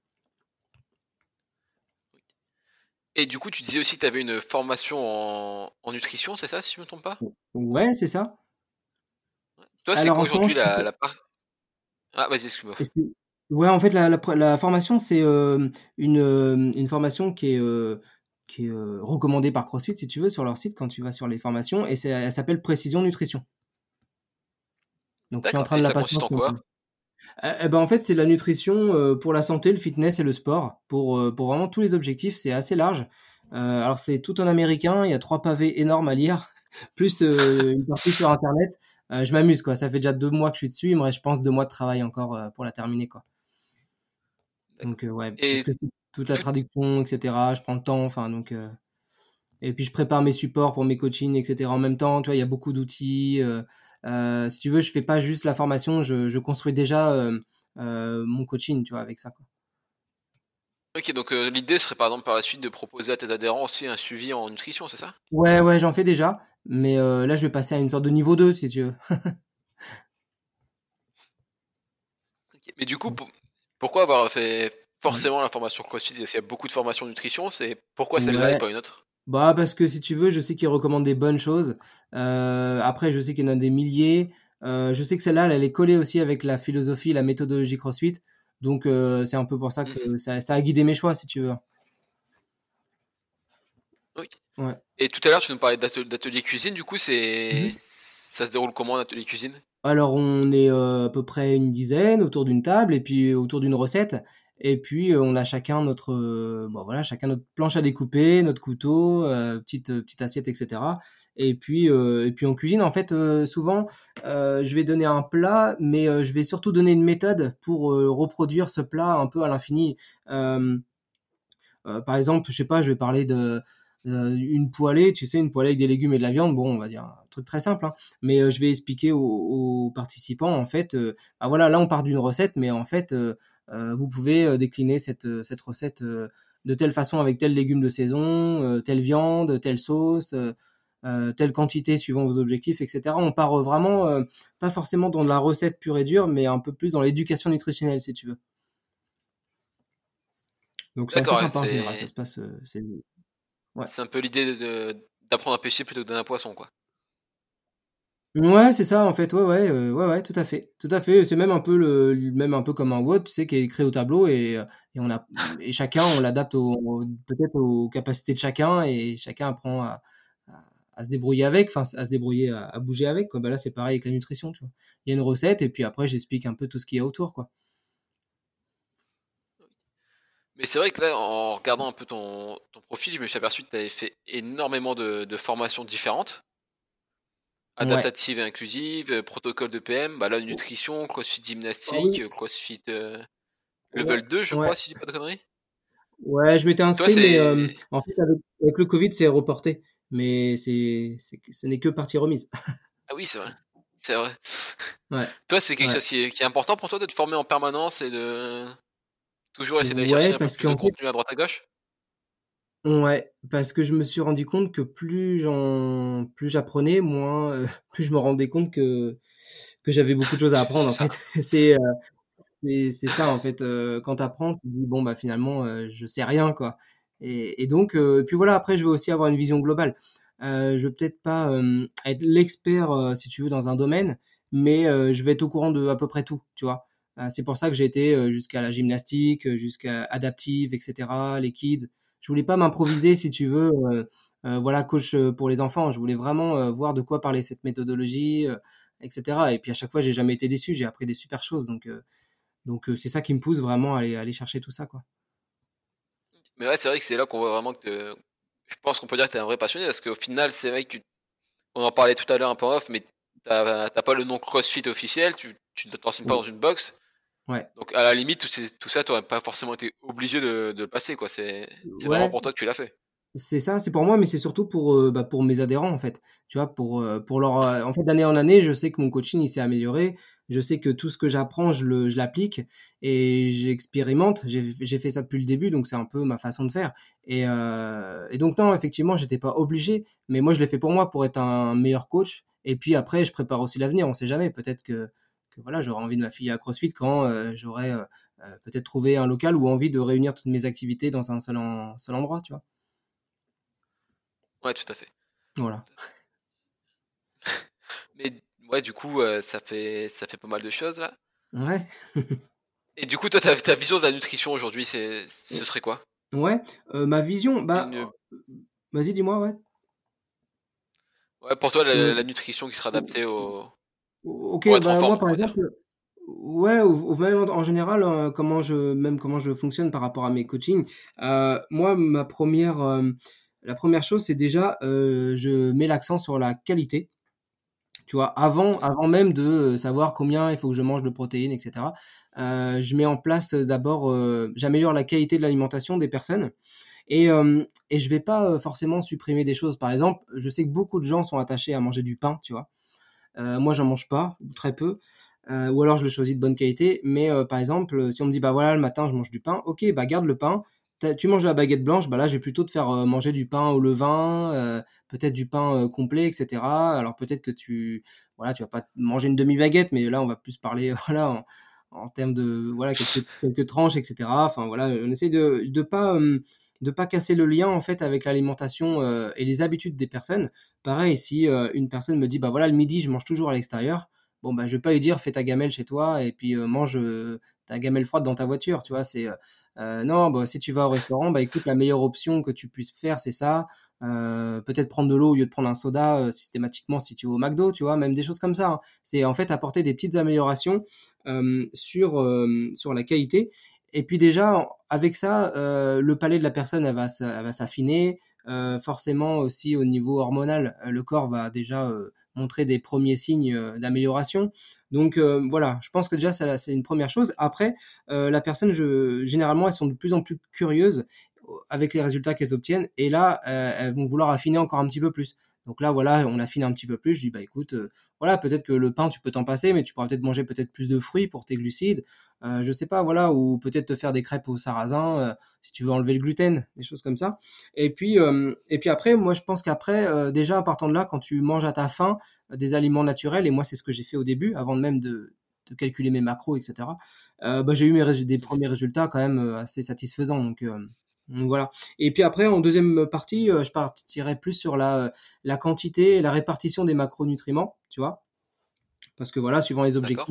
Et du coup, tu disais aussi que tu avais une formation en nutrition, c'est ça, si je me trompe pas? Ouais, c'est ça. Toi, c'est Alors quoi en ce moment, aujourd'hui je suis la part ah, vas-y, excuse-moi. excuse ouais, en fait, la formation, c'est, une formation qui est recommandée par CrossFit, si tu veux, sur leur site, quand tu vas sur les formations et elle s'appelle Précision Nutrition. Donc je suis en D'accord, train et de la ça passer consiste en en ce moment. quoi? Ben, en fait, c'est de la nutrition, pour la santé, le fitness et le sport, pour vraiment tous les objectifs. C'est assez large. Alors c'est tout en américain, il y a 3 pavés énormes à lire, plus, une partie sur internet. Je m'amuse, quoi. Ça fait déjà 2 mois que je suis dessus, il me reste, je pense, 2 mois de travail encore, pour la terminer, quoi. D'accord. Donc ouais, parce Et que toute la tout traduction et cetera, je prends le temps, enfin donc et puis je prépare mes supports pour mes coachings et cetera en même temps, tu vois? Il y a beaucoup d'outils, si tu veux, je fais pas juste la formation, je construis déjà, mon coaching, tu vois? Avec ça, quoi. OK, donc l'idée serait, par exemple, par la suite de proposer à tes adhérents aussi un suivi en nutrition, c'est ça? Ouais, ouais, j'en fais déjà, mais là, je vais passer à une sorte de niveau 2 si tu veux. OK. Mais du coup, pourquoi avoir fait Mmh. forcément la formation CrossFit? Est-ce qu'il y a beaucoup de formations nutrition? C'est pourquoi celle-là et Ouais, pas une autre? bah, parce que si tu veux, je sais qu'ils recommandent des bonnes choses. Après, je sais qu'il y en a des milliers. Je sais que celle-là, elle est collée aussi avec la philosophie, la méthodologie CrossFit. Donc, c'est un peu pour ça Mmh. que ça a guidé mes choix, si tu veux. OK. Ouais. Et tout à l'heure, tu nous parlais d'atelier cuisine, du coup, Mmh. ça se déroule comment un atelier cuisine? Alors, on est à peu près une dizaine autour d'une table et puis autour d'une recette. Et puis, on a chacun notre, bon, voilà, chacun notre planche à découper, notre couteau, petite assiette, et cetera. Et puis on cuisine. En fait, souvent, je vais donner un plat, mais je vais surtout donner une méthode pour reproduire ce plat un peu à l'infini. Euh, Par exemple, je sais pas, je vais parler de une poêlée, tu sais, une poêlée avec des légumes et de la viande. Bon, on va dire un truc très simple, hein. Mais je vais expliquer aux participants, en fait, bah voilà, là on part d'une recette, mais en fait, vous pouvez décliner cette recette de telle façon avec tel légume de saison, telle viande, telle sauce. Telle quantité suivant vos objectifs, etc. On part vraiment, pas forcément dans de la recette pure et dure, mais un peu plus dans l'éducation nutritionnelle, si tu veux. Donc c'est assez D'accord, ouais, sympa en général, ça se passe, ouais. c'est un peu l'idée d'apprendre à pêcher plutôt que de donner un poisson, quoi. Ouais, c'est ça en fait, ouais, ouais, ouais, ouais, tout à fait, tout à fait. C'est même un peu même un peu comme un WOD, tu sais, qui est écrit au tableau et chacun, on l'adapte peut-être aux capacités de chacun et chacun apprend à se débrouiller avec, enfin, à se débrouiller, à bouger avec, quoi. Bah, là, c'est pareil avec la nutrition, tu vois? Il y a une recette et puis après, j'explique un peu tout ce qu'il y a autour, quoi. Mais c'est vrai que là, en regardant un peu ton profil, je me suis aperçu que tu avais fait énormément de formations différentes, Ouais. adaptatives et inclusives, protocole de PM, bah là, Oh, nutrition, CrossFit ah oui, gymnastique, CrossFit ouais, level 2, je ouais. crois, si je dis pas de conneries. Ouais, je m'étais Toi, inscrit, mais c'est. en fait, avec le Covid, c'est reporté. Mais ce n'est que partie remise. Ah oui, c'est vrai. C'est vrai. Ouais, Toi, c'est quelque ouais. chose qui est important pour toi de te former en permanence et de toujours essayer d'aller Ouais, chercher un peu parce plus de qu'en fait, contenu à droite à gauche? ouais, parce que je me suis rendu compte que plus j'apprenais, moins, plus je me rendais compte que j'avais beaucoup de choses à apprendre, C'est en ça. fait. C'est ça, en fait, quand tu apprends, tu te dis: «Bon, bah, finalement, je sais rien, quoi» donc puis voilà, après, je veux aussi avoir une vision globale. Je veux peut-être pas, être l'expert, si tu veux, dans un domaine, mais je vais être au courant de à peu près tout, tu vois? C'est pour ça que j'ai été, jusqu'à la gymnastique, jusqu'à adaptive et cetera, les kids. Je voulais pas m'improviser, si tu veux, voilà, coach, pour les enfants. Je voulais vraiment, voir de quoi parlait cette méthodologie, etc. Et puis à chaque fois, j'ai jamais été déçu, j'ai appris des super choses. Donc c'est ça qui me pousse vraiment à aller chercher tout ça, quoi. Mais ouais, c'est vrai que c'est là qu'on voit vraiment je pense qu'on peut dire que t'es un vrai passionné, parce qu'au final, c'est vrai que on en parlait tout à l'heure un peu en off, mais t'as pas le nom CrossFit officiel, tu ne t'enseignes pas Oui. dans une box. Ouais. Donc à la limite, tout ça, t'aurais pas forcément été obligé de le passer, quoi. C'est vraiment Ouais, pour toi que tu l'as fait. c'est ça, c'est pour moi, mais c'est surtout pour mes adhérents, en fait. Tu vois, pour leur, en fait, d'année en année, je sais que mon coaching, il s'est amélioré. Je sais que tout ce que j'apprends, je l'applique et j'expérimente. J'ai fait ça depuis le début, donc c'est un peu ma façon de faire. Et donc, non, effectivement, j'étais pas obligé, mais moi, je l'ai fait pour moi, pour être un meilleur coach. Et puis après, je prépare aussi l'avenir. On sait jamais. Peut-être que voilà, j'aurai envie de m'affilier à CrossFit quand j'aurai peut-être trouvé un local ou envie de réunir toutes mes activités dans un seul endroit, tu vois. Ouais, tout à fait. Voilà. Mais ouais, du coup, ça fait pas mal de choses là. Ouais. Et du coup, toi, ta vision de la nutrition aujourd'hui, ce serait quoi? Ouais, ma vision, Une, vas-y, dis-moi, ouais. ouais, pour toi, Heu, la nutrition qui sera adaptée OK, pour être en bah, moi, forme, par on va dire. exemple, ouais, ou même en général, comment je fonctionne par rapport à mes coachings. Moi, la première chose, c'est déjà, je mets l'accent sur la qualité, tu vois? Avant Mhm. avant même de, savoir combien il faut que je mange de protéines et cetera. Je mets en place, d'abord, j'améliore la qualité de l'alimentation des personnes. Et je vais pas forcément supprimer des choses. Par exemple, je sais que beaucoup de gens sont attachés à manger du pain, tu vois. Moi, j'en mange pas, ou très peu, ou alors je le choisis de bonne qualité. Mais par exemple, si on me dit, bah voilà, le matin, je mange du pain, ok, bah garde le pain. Tu manges de la baguette blanche, bah là, je vais plutôt te faire manger du pain au levain, peut-être du pain complet, etc. Alors peut-être que voilà, tu vas pas manger une demi-baguette, mais là, on va plus parler, voilà, en termes de, voilà, quelques tranches, etc. Enfin voilà, on essaie de pas casser le lien en fait avec l'alimentation et les habitudes des personnes. Pareil, si une personne me dit, bah voilà, le midi, je mange toujours à l'extérieur, bon, bah je vais pas lui dire, fais ta gamelle chez toi et puis mange ta gamelle froide dans ta voiture, tu vois. Non, bah, si tu vas au restaurant, bah écoute, la meilleure option que tu puisses faire, c'est ça. Peut-être prendre de l'eau au lieu de prendre un soda systématiquement si tu vas au McDo, tu vois, même des choses comme ça, hein. C'est en fait apporter des petites améliorations sur la qualité. Et puis déjà, avec ça, le palais de la personne, elle va s'affiner. Forcément aussi au niveau hormonal, le corps va déjà montrer des premiers signes d'amélioration. Donc voilà, je pense que déjà c'est une première chose. Après, la personne, généralement, elles sont de plus en plus curieuses avec les résultats qu'elles obtiennent, et là, elles vont vouloir affiner encore un petit peu plus. Donc là, voilà, on affine un petit peu plus. Je dis, bah écoute, voilà, peut-être que le pain, tu peux t'en passer, mais tu pourras peut-être manger peut-être plus de fruits pour tes glucides. Je sais pas, voilà, ou peut-être te faire des crêpes au sarrasin si tu veux enlever le gluten, des choses comme ça. Et puis après, moi, je pense qu'après, déjà, à partant de là, quand tu manges à ta faim des aliments naturels, et moi, c'est ce que j'ai fait au début, avant même de calculer mes macros, etc., bah, j'ai eu des Mhm. premiers résultats quand même assez satisfaisants. Donc voilà. Et puis après, en deuxième partie, je partirai plus sur la quantité et la répartition des macronutriments, tu vois. Parce que voilà, suivant les D'accord. objectifs,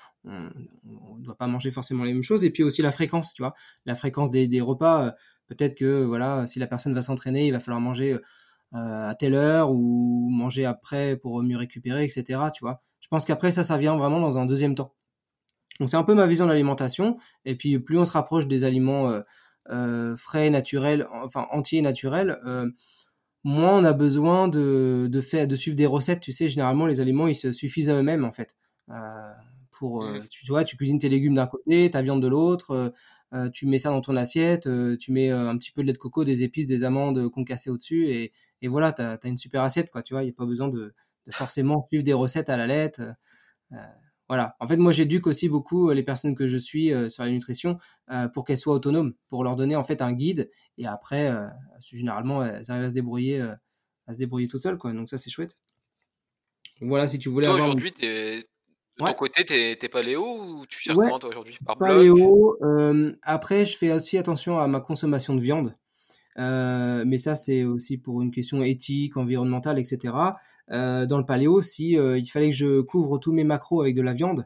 on doit pas manger forcément les mêmes choses. Et puis aussi la fréquence, tu vois. La fréquence des repas. Peut-être que voilà, si la personne va s'entraîner, il va falloir manger à telle heure ou manger après pour mieux récupérer, etc. Tu vois. Je pense qu'après, ça vient vraiment dans un deuxième temps. Donc c'est un peu ma vision de l'alimentation. Et puis plus on se rapproche des aliments frais, naturels, enfin entiers, naturels, moins on a besoin de suivre des recettes. Tu sais, généralement les aliments ils se suffisent à eux-mêmes en fait. Mhm. Tu vois, tu cuisines tes légumes d'un côté, ta viande de l'autre. Tu mets ça dans ton assiette, tu mets un petit peu de lait de coco, des épices, des amandes concassées au-dessus, et voilà, t'as une super assiette, quoi. Tu vois, il n'y a pas besoin de forcément suivre des recettes à la lettre. Euh, voilà. En fait, moi, j'éduque aussi beaucoup les personnes que je suis sur la nutrition pour qu'elles soient autonomes, pour leur donner en fait un guide. Et après, généralement, elles arrivent à se débrouiller toutes seules, quoi. Donc ça, c'est chouette. Donc voilà, si tu voulais Toi, avoir. aujourd'hui, de ton Ouais. côté, t'es paléo ou tu gères Ouais. comment, toi, aujourd'hui? Par bloc? Paléo. Après, je fais aussi attention à ma consommation de viande. Mais ça, c'est aussi pour une question éthique, environnementale, etc. Dans le paléo, si il fallait que je couvre tous mes macros avec de la viande,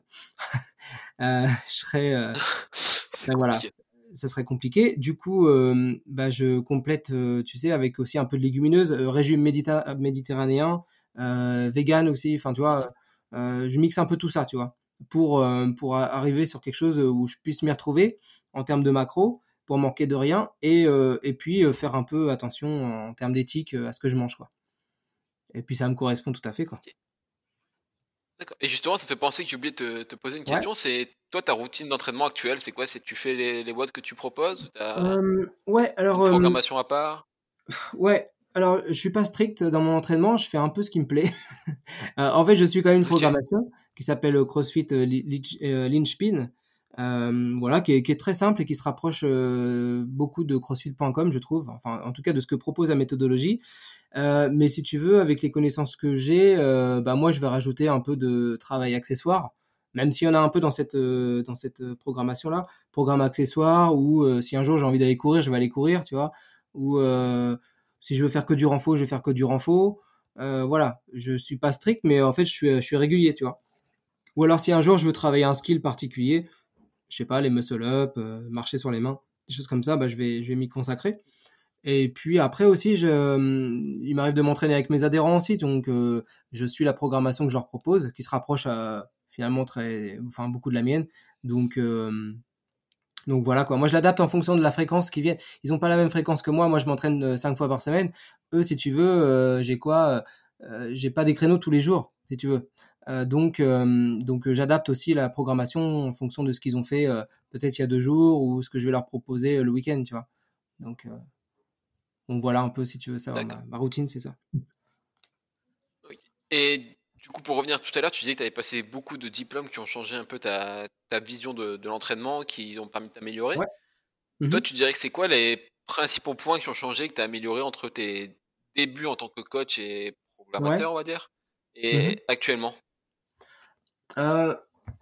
je serais, C'est ben voilà, compliqué. ça serait compliqué. Du coup, bah, je complète, tu sais, avec aussi un peu de légumineuses, régime méditerranéen, vegan aussi. Enfin, tu Mhm. vois, Je mixe un peu tout ça, tu vois, pour arriver sur quelque chose où je puisse m'y retrouver en termes de macro, pour manquer de rien, et puis faire un peu attention en termes d'éthique à ce que je mange, quoi. Et puis ça me correspond tout à fait, quoi. OK. D'accord et justement, ça fait penser que j'ai oublié de te poser une Ouais. question, c'est toi ta routine d'entraînement actuelle, c'est quoi? C'est tu fais les watts que tu proposes ou tu as Ouais, une alors, programmation à part? ouais, alors je suis pas strict dans mon entraînement, je fais un peu ce qui me plaît. En fait, je suis quand même une OK, programmation qui s'appelle CrossFit Linchpin, voilà, qui est très simple et qui se rapproche beaucoup de CrossFit.com, je trouve. Enfin, en tout cas, de ce que propose la méthodologie. Mais si tu veux, avec les connaissances que j'ai, bah moi, je vais rajouter un peu de travail accessoire, même s'il y en a un peu dans cette programmation-là. Programme accessoire ou si un jour j'ai envie d'aller courir, je vais aller courir, tu vois. Ou si je veux faire que du renfo, je vais faire que du renfo. Voilà, je suis pas strict, mais en fait, je suis régulier, tu vois. Ou alors si un jour je veux travailler un skill particulier, je sais pas, les muscle up, marcher sur les mains, des choses comme ça, bah je vais m'y consacrer. Et puis après aussi, il m'arrive de m'entraîner avec mes adhérents aussi, donc je suis la programmation que je leur propose, qui se rapproche finalement enfin beaucoup de la mienne. Donc donc voilà quoi. Moi je l'adapte en fonction de la fréquence qui vient. Ils ont pas la même fréquence que moi. Moi je m'entraîne 5 fois par semaine. Eux, si tu veux, j'ai quoi j'ai pas des créneaux tous les jours, si tu veux. J'adapte aussi la programmation en fonction de ce qu'ils ont fait peut-être il y a 2 jours ou ce que je vais leur proposer le week-end, tu vois. Donc, euh, donc voilà un peu si tu veux ça, d'accord. ma routine c'est ça. OK et du coup, pour revenir tout à l'heure, tu disais que tu avais passé beaucoup de diplômes qui ont changé un peu ta vision de l'entraînement, qui ont permis de t'améliorer. Ouais. Toi, Mhm. tu dirais que c'est quoi les principaux points qui ont changé, que tu as amélioré entre tes débuts en tant que coach et Ouais. programmateur, on va dire, Mhm. et actuellement? Euh,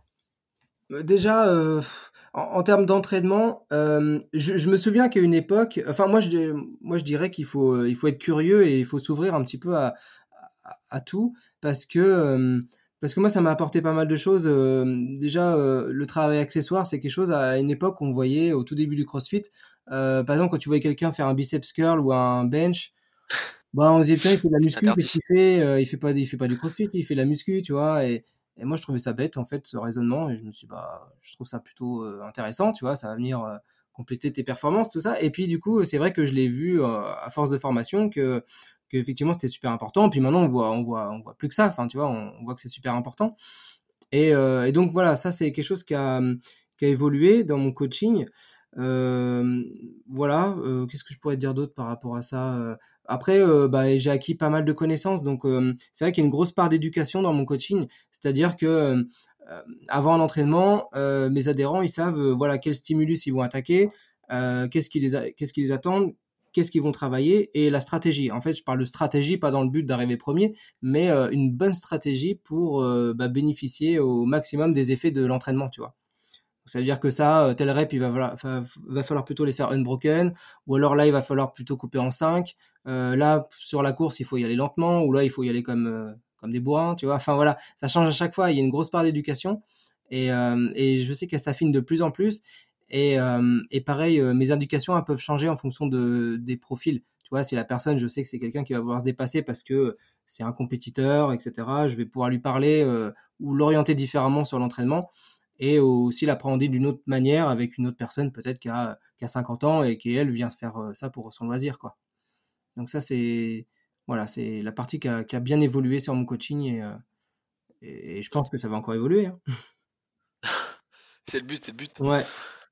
Déjà, en termes d'entraînement, je me souviens qu'à une époque, enfin moi je dirais il faut être curieux et il faut s'ouvrir un petit peu à tout parce que moi ça m'a apporté pas mal de choses. Déjà, le travail accessoire, c'est quelque chose à une époque on voyait au tout début du CrossFit. Par exemple, quand tu voyais quelqu'un faire un biceps curl ou un bench, bah, on se disait: «Putain, il fait de la C'était muscu, qu'est-ce interdit. qu'il fait? Il fait pas du CrossFit, il fait de la muscu», tu vois? Et moi, je trouvais ça bête, en fait, ce raisonnement et je me suis dit: «Bah, je trouve ça plutôt, intéressant», tu vois? Ça va venir, compléter tes performances, tout ça et puis, du coup, c'est vrai que je l'ai vu, à force de formation qu'effectivement, c'était super important. Puis maintenant, on voit plus que ça, enfin, tu vois? On voit que c'est super important et donc voilà, ça, c'est quelque chose qui a évolué dans mon coaching. Hem, voilà, qu'est-ce que je pourrais te dire d'autre par rapport à ça? Après, bah, j'ai acquis pas mal de connaissances donc c'est vrai qu'il y a une grosse part d'éducation dans mon coaching. C'est-à-dire que, avant un entraînement, mes adhérents, ils savent, voilà, quel stimulus ils vont attaquer, qu'est-ce qui les attendent, qu'est-ce qu'ils vont travailler et la stratégie. En fait, je parle de stratégie, pas dans le but d'arriver premier, mais une bonne stratégie pour, bah, bénéficier au maximum des effets de l'entraînement, tu vois? Ça veut dire que ça, tel rep, il va falloir plutôt les faire unbroken, ou alors là, il va falloir plutôt couper en 5. Là, sur la course, il faut y aller lentement, ou là, il faut y aller comme des bourrins, tu vois. Enfin voilà, ça change à chaque fois. Il y a une grosse part d'éducation, et je sais qu'elle s'affine de plus en plus. Et pareil, mes indications, elles peuvent changer en fonction des profils. Tu vois, si la personne, je sais que c'est quelqu'un qui va vouloir se dépasser parce que c'est un compétiteur, etc., je vais pouvoir lui parler ou l'orienter différemment sur l'entraînement et aussi l'appréhender d'une autre manière avec une autre personne peut-être qui a 50 ans et qui, elle, vient se faire ça pour son loisir, quoi. Donc ça, c'est voilà, c'est la partie qui a bien évolué sur mon coaching et je pense que ça va encore évoluer, hein. C'est le but, c'est le but. Ouais.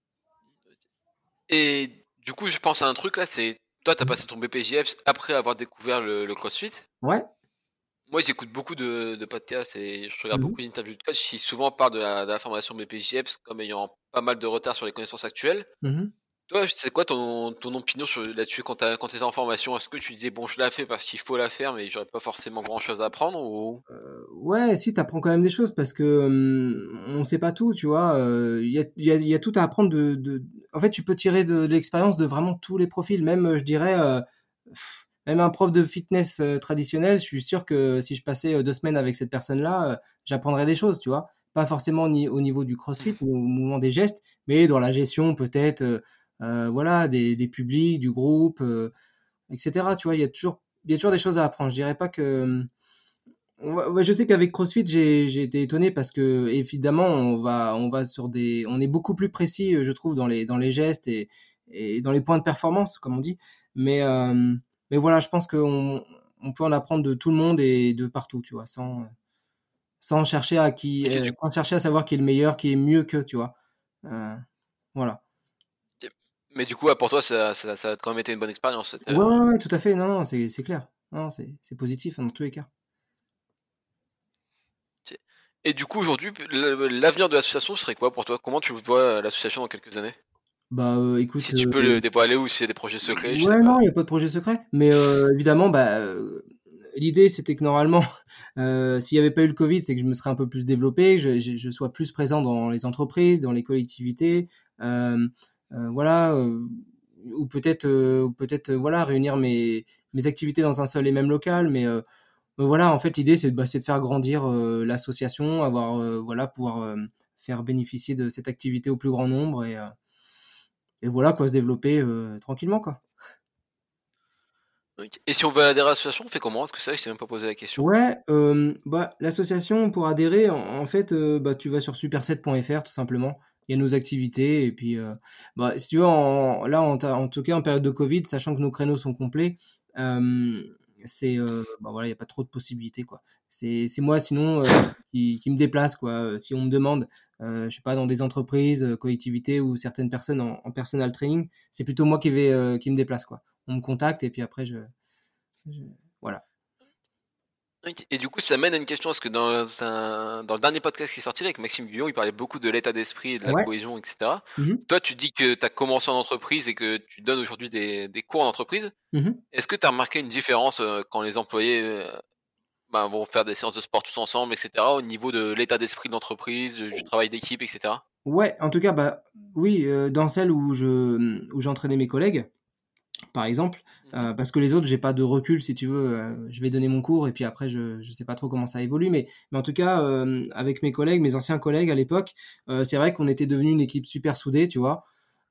Et du coup, je pense à un truc là, c'est toi, tu as Mmh. passé ton BPJEPS après avoir découvert le CrossFit. Ouais. Moi, j'écoute beaucoup de podcasts et je regarde Mmh mh. beaucoup d'interviews de coachs qui souvent parlent de la formation BPJEPS comme ayant pas mal de retard sur les connaissances actuelles. Mmh. Toi, c'est quoi ton opinion là-dessus quand tu étais en formation? Est-ce que tu disais: «Bon, je la fais parce qu'il faut la faire, mais j'aurais pas forcément grand-chose à apprendre» ou? Ouais, si, tu apprends quand même des choses parce que, on sait pas tout, tu vois? Il y a tout à apprendre de en fait, tu peux tirer de l'expérience de vraiment tous les profils, même, je dirais, même un prof de fitness, traditionnel, je suis sûr que si je passais, 2 semaines avec cette personne-là, j'apprendrais des choses, tu vois? Pas forcément au niveau du crossfit, Mmh. au mouvement des gestes, mais dans la gestion peut-être, voilà, des publics, du groupe, et cetera, tu vois? Il y a toujours des choses à apprendre. Je dirais pas que, Ouais, je sais qu'avec CrossFit, j'ai été étonné parce que évidemment, on va on est beaucoup plus précis, je trouve, dans les gestes et dans les points de performance, comme on dit. Mais, euh, mais voilà, je pense qu'on peut en apprendre de tout le monde et de partout, tu vois, sans chercher Ok, du sans chercher à savoir qui est le meilleur, qui est mieux que, tu vois. Euh, voilà. ok. Mais du coup, ouais, pour toi, ça a quand même été une bonne expérience. Ouais, ouais, ouais, tout à fait. Non, non, c'est clair. Non, c'est positif dans tous les cas. Ok. Et du coup, aujourd'hui, l'avenir de l'association serait quoi pour toi? Comment tu vois l'association dans quelques années? Bah, Si écoute, tu peux le dévoiler ou si c'est des projets secrets, je sais ouais, non, pas. il y a pas de projet secret. Mais évidemment, bah, l'idée, c'était que normalement, s'il y avait pas eu le Covid, c'est que je me serais un peu plus développé, que je sois plus présent dans les entreprises, dans les collectivités, hem, voilà, ou peut-être, voilà, réunir mes activités dans un seul et même local. Mais voilà, en fait, l'idée, c'est de faire grandir, l'association, avoir, voilà, pouvoir, faire bénéficier de cette activité au plus grand nombre et voilà quoi, se développer, tranquillement, quoi. Ok. Et si on veut adhérer à l'association, on fait comment? Parce que ça, je t'ai même pas posé la question. Ouais, bah, l'association pour adhérer, en fait, bah, tu vas sur super7.fr tout simplement. Il y a nos activités et puis, bah, si tu veux, en tout cas en période de Covid, sachant que nos créneaux sont complets, hem, bah, voilà, il y a pas trop de possibilités, quoi. C'est moi sinon, qui me déplace, quoi, si on me demande, je sais pas, dans des entreprises, collectivités ou certaines personnes en personal training, c'est plutôt moi qui me déplace, quoi. On me contacte et puis après je voilà. Ok. Et du coup, ça mène à une question, parce que dans le dernier podcast qui est sorti là, avec Maxime Guyon, il parlait beaucoup de l'état d'esprit et de la Ouais. cohésion, etc. Mmh. Toi, tu dis que tu as commencé en entreprise et que tu donnes aujourd'hui des cours en entreprise. Mmh. Est-ce que tu as remarqué une différence quand les employés vont faire des séances de sport tous ensemble, etc., au niveau de l'état d'esprit de l'entreprise, du travail d'équipe, etc.? Ouais, en tout cas, bah, oui, dans celle où j'entraînais mes collègues, par exemple, Mhm. parce que les autres, j'ai pas de recul, si tu veux, je vais donner mon cours et puis après je sais pas trop comment ça évolue, mais en tout cas, avec mes collègues, mes anciens collègues à l'époque, c'est vrai qu'on était devenus une équipe super soudée, tu vois?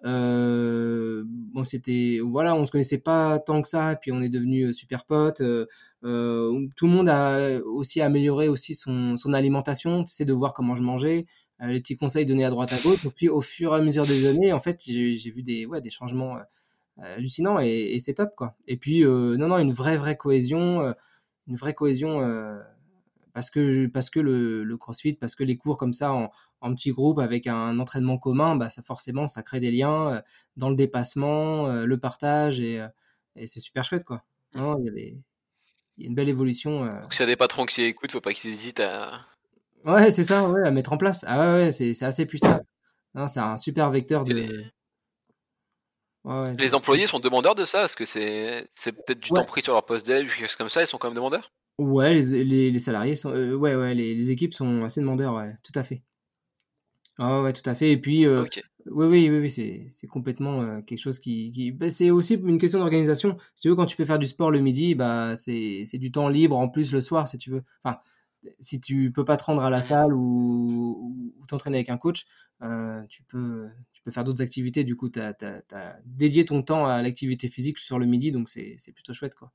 Bon, c'était voilà, on se connaissait pas tant que ça et puis on est devenus, super potes, tout le monde a aussi amélioré aussi son alimentation, tu sais, de voir comment je mangeais, les petits conseils donnés à droite à gauche et puis au fur et à mesure des années, en fait, j'ai vu des changements, hallucinant et c'est top quoi. Et puis non non une vraie cohésion parce que le CrossFit, parce que les cours comme ça en petits groupes avec un entraînement commun, bah ça forcément ça crée des liens dans le dépassement, le partage et c'est super chouette quoi. Non, Mhm. il y a une belle évolution. Donc s'il y a des patrons qui écoutent, faut pas qu'ils hésitent à... Ouais, c'est ça, ouais, à mettre en place. Ah ouais, ouais, c'est assez puissant. Non, c'est un super vecteur Et les, ouais, ouais, les employés sont demandeurs de ça? Est-ce que c'est peut-être du temps ouais. pris sur leur poste déj ou quelque chose comme ça, ils sont quand même demandeurs? Ouais, les salariés sont, ouais, ouais, les équipes sont assez demandeurs, ouais, tout à fait. Ah ouais, ouais, tout à fait. Et puis, Ok. oui, oui, oui, oui, c'est complètement quelque chose bah, c'est aussi une question d'organisation. Si tu veux, quand tu peux faire du sport le midi, bah, c'est du temps libre en plus le soir, si tu veux. Enfin, si tu peux pas te rendre à la Mhm. salle ou t'entraîner avec un coach, tu peux faire d'autres activités. Du coup, t'as dédié ton temps à l'activité physique sur le midi, donc c'est plutôt chouette, quoi.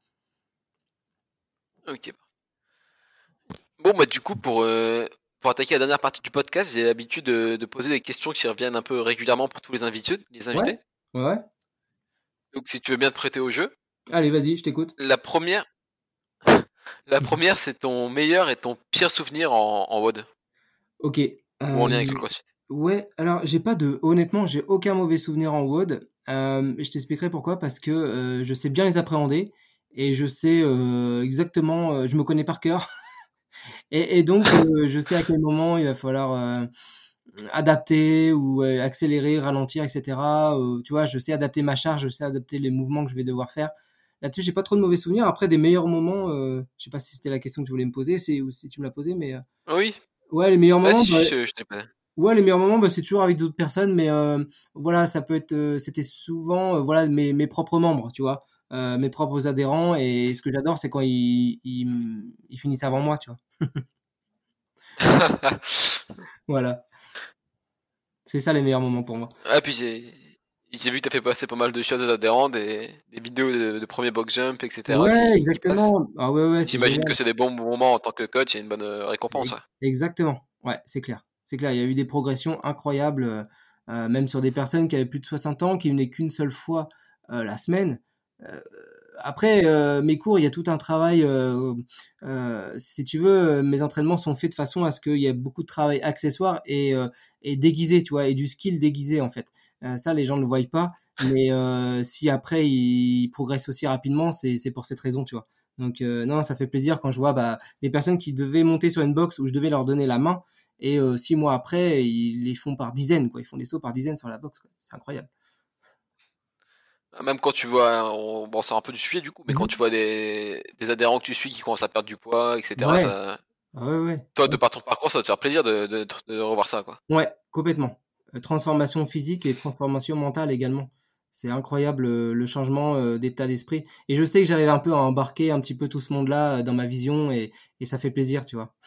Ok. Bon, bah du coup, pour attaquer la dernière partie du podcast, j'ai l'habitude de poser des questions qui reviennent un peu régulièrement pour tous les invités, les Ouais, invités. ouais, ouais. Donc si tu veux bien te prêter au jeu. Allez, vas-y, je t'écoute. La première, la première, c'est ton meilleur et ton pire souvenir en WOD Ok. ou en lien avec le CrossFit. Ouais, alors honnêtement, j'ai aucun mauvais souvenir en WOD. Je t'expliquerai pourquoi, parce que je sais bien les appréhender et je sais exactement, je me connais par cœur et donc je sais à quel moment il va falloir adapter ou accélérer, ralentir, etc. Tu vois, je sais adapter ma charge, je sais adapter les mouvements que je vais devoir faire. Là-dessus, j'ai pas trop de mauvais souvenirs. Après, des meilleurs moments, je sais pas si c'était la question que tu voulais me poser, ou si tu me l'as posé, mais Oui. ouais, les meilleurs Ah moments, si, bah, je n'ai pas. ouais, les meilleurs moments, bah, c'est toujours avec d'autres personnes, mais voilà, ça peut être, c'était souvent, voilà, mes propres membres, tu vois, mes propres adhérents. Et ce que j'adore, c'est quand ils finissent avant moi, tu vois. Voilà, c'est ça les meilleurs moments pour moi. Ah puis J'ai vu que tu as fait passer pas mal de choses aux adhérents, des vidéos de premier box jump, etc. Ouais, qui passent. exactement. Ah ouais, ouais, c'est J'imagine que génial. c'est des bons moments en tant que coach et une bonne récompense. E- Ouais. Exactement. Ouais, c'est clair. C'est clair. Il y a eu des progressions incroyables, même sur des personnes qui avaient plus de 60 ans, qui venaient qu'une seule fois la semaine. Euh, Après, mes cours, il y a tout un travail. Si tu veux, mes entraînements sont faits de façon à ce qu'il y ait beaucoup de travail accessoire et déguisé, tu vois, et du skill déguisé en fait. Ça, les gens ne le voient pas, mais si après ils progressent aussi rapidement, c'est pour cette raison, tu vois. Donc non, ça fait plaisir quand je vois des personnes qui devaient monter sur une box où je devais leur donner la main et 6 mois après, ils les font par dizaines, quoi. Ils font des sauts par dizaines sur la box, quoi. C'est incroyable. Même quand tu vois, bon, c'est un peu du sujet du coup, mais quand tu Mhm. vois des adhérents que tu suis qui commencent à perdre du poids, etc., Ouais, ah ouais, ouais. toi, de par ton parcours, ça va te faire plaisir de revoir ça, quoi. Ouais, complètement. Transformation physique et transformation mentale également. C'est incroyable le changement d'état d'esprit. Et je sais que j'arrive un peu à embarquer un petit peu tout ce monde-là dans ma vision et ça fait plaisir, tu vois.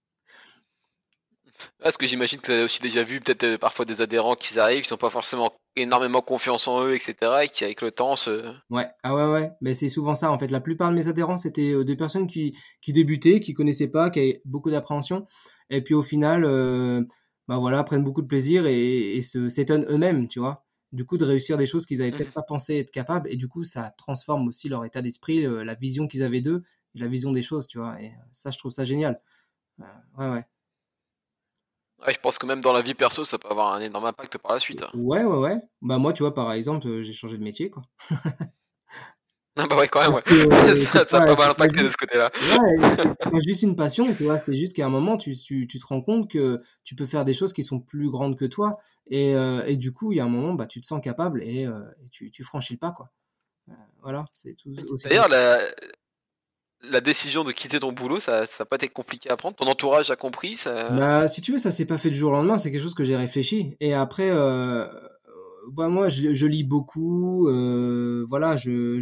Parce que j'imagine que tu as aussi déjà vu peut-être parfois des adhérents qui arrivent, qui sont pas forcément énormément confiance en eux, etc., et qui avec le temps se... Ouais, ah ouais, ouais. Mais c'est souvent ça en fait. La plupart de mes adhérents, c'était des personnes qui débutaient, qui connaissaient pas, qui avaient beaucoup d'appréhension. Et puis au final, bah voilà, prennent beaucoup de plaisir et s'étonnent eux-mêmes, tu vois. Du coup, de réussir des choses qu'ils avaient peut-être Mhm. pas pensé être capables. Et du coup, ça transforme aussi leur état d'esprit, la vision qu'ils avaient d'eux, et la vision des choses, tu vois. Et ça, je trouve ça génial. Euh, ouais, ouais. Ouais, je pense que même dans la vie perso, ça peut avoir un énorme impact par la suite. Ouais, ouais, ouais. Bah moi, tu vois, par exemple, j'ai changé de métier, quoi. Ah bah ouais, quand même, Parce ouais. que Ça t'a pas mal c'est pas impacté de ce côté-là. ouais, c'est pas juste une passion, tu vois. C'est juste qu'à un moment, tu te rends compte que tu peux faire des choses qui sont plus grandes que toi. Et du coup, il y a un moment, bah, tu te sens capable et tu franchis le pas, quoi. Voilà, c'est tout aussi simple. D'ailleurs, la décision de quitter ton boulot, ça a pas été compliqué à prendre. Ton entourage a compris, ça. Bah, si tu veux, ça s'est pas fait du jour au lendemain. C'est quelque chose que j'ai réfléchi. Et après, bah, moi, je lis beaucoup. Voilà,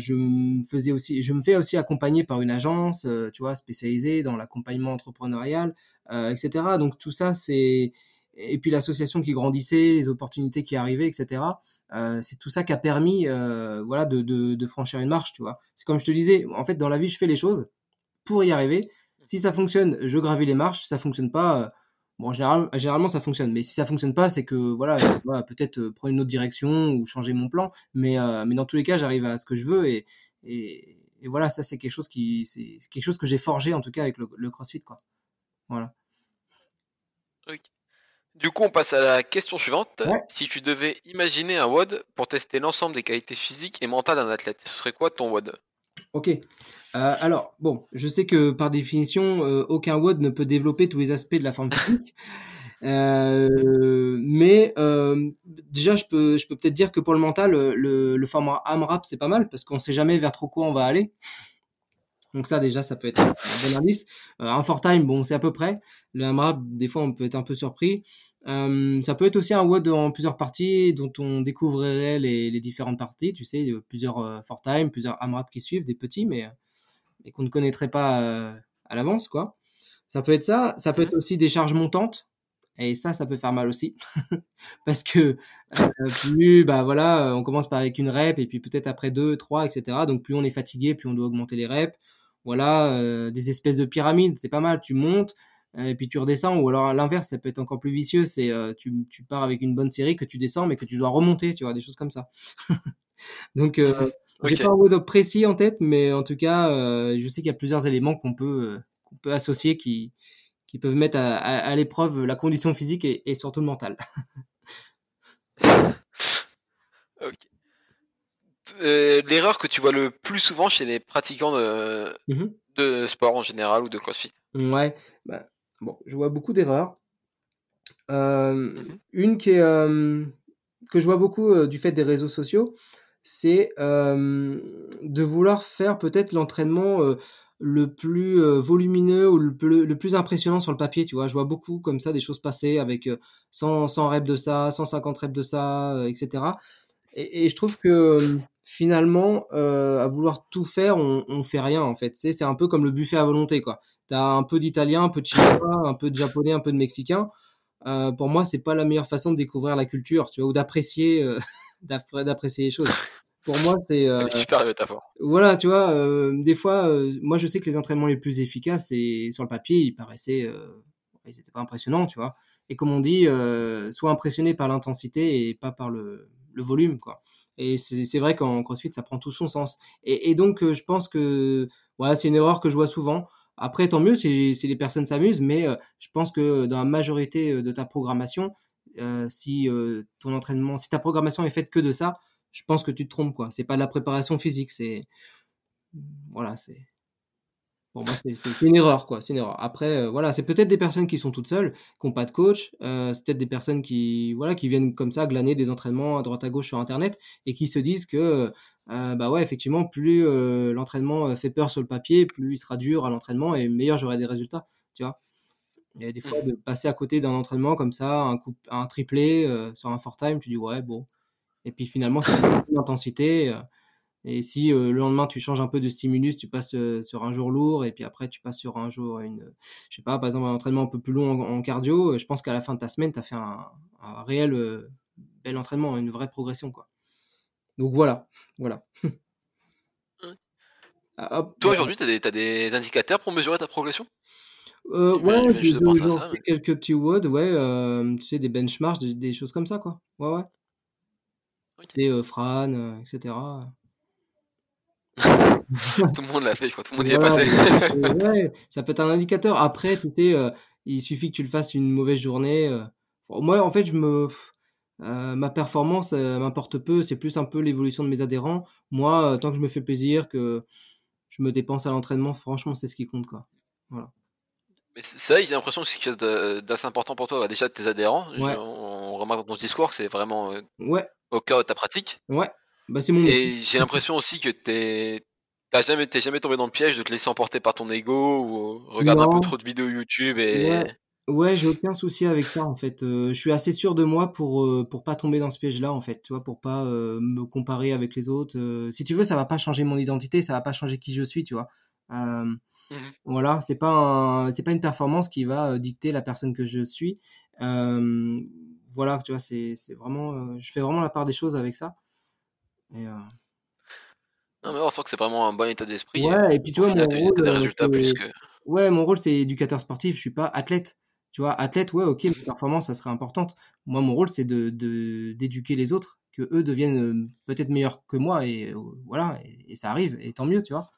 je me fais aussi accompagner par une agence, tu vois, spécialisée dans l'accompagnement entrepreneurial, etc. Donc tout ça, et puis l'association qui grandissait, les opportunités qui arrivaient, etc. C'est tout ça qui a permis, voilà, de franchir une marche, tu vois. C'est comme je te disais, en fait, dans la vie, je fais les choses pour y arriver. Si ça fonctionne, je gravis les marches. Si ça fonctionne pas, bon, généralement ça fonctionne. Mais si ça fonctionne pas, c'est que voilà, je dois peut-être prendre une autre direction ou changer mon plan. Mais dans tous les cas, j'arrive à ce que je veux et voilà, ça c'est quelque chose que j'ai forgé en tout cas avec le CrossFit, quoi. Voilà. Ok. Du coup, on passe à la question suivante. Ouais. Si tu devais imaginer un WOD pour tester l'ensemble des qualités physiques et mentales d'un athlète, ce serait quoi ton WOD? Ok. Alors, bon, je sais que par définition, aucun WOD ne peut développer tous les aspects de la forme physique. Mais déjà, je peux peut-être dire que pour le mental, le format AMRAP, c'est pas mal parce qu'on sait jamais vers trop quoi on va aller. Donc ça, déjà, ça peut être un bon indice. Un for time, bon, c'est à peu près. Le AMRAP, des fois, on peut être un peu surpris. Ça peut être aussi un WOD en plusieurs parties dont on découvrirait les différentes parties. Tu sais, plusieurs for time, plusieurs AMRAP qui suivent, des petits, mais qu'on ne connaîtrait pas à l'avance, quoi. Ça peut être ça. Ça peut être Mhm. aussi des charges montantes. Et ça peut faire mal aussi. Parce que plus, bah voilà, on commence par avec une rep et puis peut-être après deux, trois, etc. Donc plus on est fatigué, plus on doit augmenter les reps. Voilà, des espèces de pyramides, c'est pas mal. Tu montes et puis tu redescends. Ou alors à l'inverse, ça peut être encore plus vicieux. C'est tu pars avec une bonne série que tu descends, mais que tu dois remonter, tu vois, des choses comme ça. Donc Mhm. j'ai Ok. pas un mot précis en tête, mais en tout cas, je sais qu'il y a plusieurs éléments qu'on peut associer qui peuvent mettre à l'épreuve la condition physique et surtout le mental. Ok. L'erreur que tu vois le plus souvent chez les pratiquants Mhm. de sport en général ou de CrossFit. Ouais, bah, bon, je vois beaucoup d'erreurs. Mhm. Une que je vois beaucoup du fait des réseaux sociaux, c'est de vouloir faire peut-être l'entraînement le plus volumineux ou le plus impressionnant sur le papier. Tu vois, je vois beaucoup comme ça des choses passer avec 100 reps de ça, 150 reps de ça, etc. Et je trouve que finalement, à vouloir tout faire, on fait rien en fait. Tu sais, c'est un peu comme le buffet à volonté, quoi. T'as un peu d'italien, un peu de chinois, un peu de japonais, un peu de mexicain. Pour moi, c'est pas la meilleure façon de découvrir la culture, tu vois, ou d'apprécier. d'apprécier les choses. Pour moi, c'est Elle est super la métaphore. voilà, tu vois, des fois, moi je sais que les entraînements les plus efficaces, c'est sur le papier, ils étaient pas impressionnants, tu vois. Et comme on dit, sois impressionné par l'intensité et pas par le volume, quoi. Et c'est vrai qu'en CrossFit, ça prend tout son sens. Et donc, je pense que voilà, c'est une erreur que je vois souvent. Après, tant mieux si les personnes s'amusent, mais je pense que dans la majorité de ta programmation, si ton entraînement, si ta programmation est faite que de ça, je pense que tu te trompes, quoi. C'est pas de la préparation physique, voilà, c'est pour moi c'est une erreur, quoi. C'est une erreur. Après, voilà, c'est peut-être des personnes qui sont toutes seules, qui ont pas de coach. C'est peut-être des personnes qui, voilà, qui viennent comme ça glaner des entraînements à droite à gauche sur Internet et qui se disent que, bah ouais, effectivement, plus l'entraînement fait peur sur le papier, plus il sera dur à l'entraînement et meilleur j'aurai des résultats, tu vois. Et des fois, de passer à côté d'un entraînement comme ça, un triplé sur un 4 time, tu dis ouais, bon. Et puis finalement, c'est une intensité. Et si le lendemain tu changes un peu de stimulus, tu passes sur un jour lourd et puis après tu passes sur un jour, je sais pas, par exemple un entraînement un peu plus long en cardio, je pense qu'à la fin de ta semaine, tu as fait un réel bel entraînement, une vraie progression, quoi. Donc voilà, voilà. Ouais. Ah, hop, Toi, aujourd'hui, t'as des indicateurs pour mesurer ta progression? ouais, Je viens juste de penser à j'en ça. fais quelques petits WOD, ouais, tu sais, des benchmarks, des choses comme ça, quoi. Ouais, ouais. Ok. Des Fran, etc. Tout le monde l'a fait, je crois. Tout le monde y est Voilà, passé. ouais, ça peut être un indicateur. Après, tu sais, il suffit que tu le fasses une mauvaise journée. Moi, en fait, ma performance, m'importe peu. C'est plus un peu l'évolution de mes adhérents. Moi, tant que je me fais plaisir, que je me dépense à l'entraînement, franchement, c'est ce qui compte, quoi. Voilà. Mais c'est vrai, j'ai l'impression que c'est quelque chose d'assez important pour toi. Bah, déjà, tes adhérents. Ouais, On remarque dans ton discours que c'est vraiment ouais, au cœur de ta pratique. ouais. Bah, c'est mon métier. Et j'ai l'impression aussi que t'es jamais tombé dans le piège de te laisser emporter par ton ego ou regarder un peu Non. trop de vidéos YouTube Ouais, et. ouais, j'ai aucun souci avec ça en fait. Je suis assez sûr de moi pour pas tomber dans ce piège-là en fait, tu vois, pour pas me comparer avec les autres. Si tu veux, ça va pas changer mon identité, ça va pas changer qui je suis, tu vois. Euh, Mhm. voilà, c'est pas une performance qui va dicter la personne que je suis. Euh, voilà, tu vois, c'est vraiment, je fais vraiment la part des choses avec ça. Et, Non, mais on sent que c'est vraiment un bon état d'esprit. ouais, et puis tu Au vois, mon final, t'as rôle, des résultats plus que. ouais, mon rôle, c'est éducateur sportif, je suis pas athlète. Tu vois, athlète, ouais, OK, mes performances, ça serait importante. Moi, mon rôle, c'est d'éduquer les autres, que eux deviennent peut-être meilleurs que moi, et voilà, et ça arrive, et tant mieux, tu vois.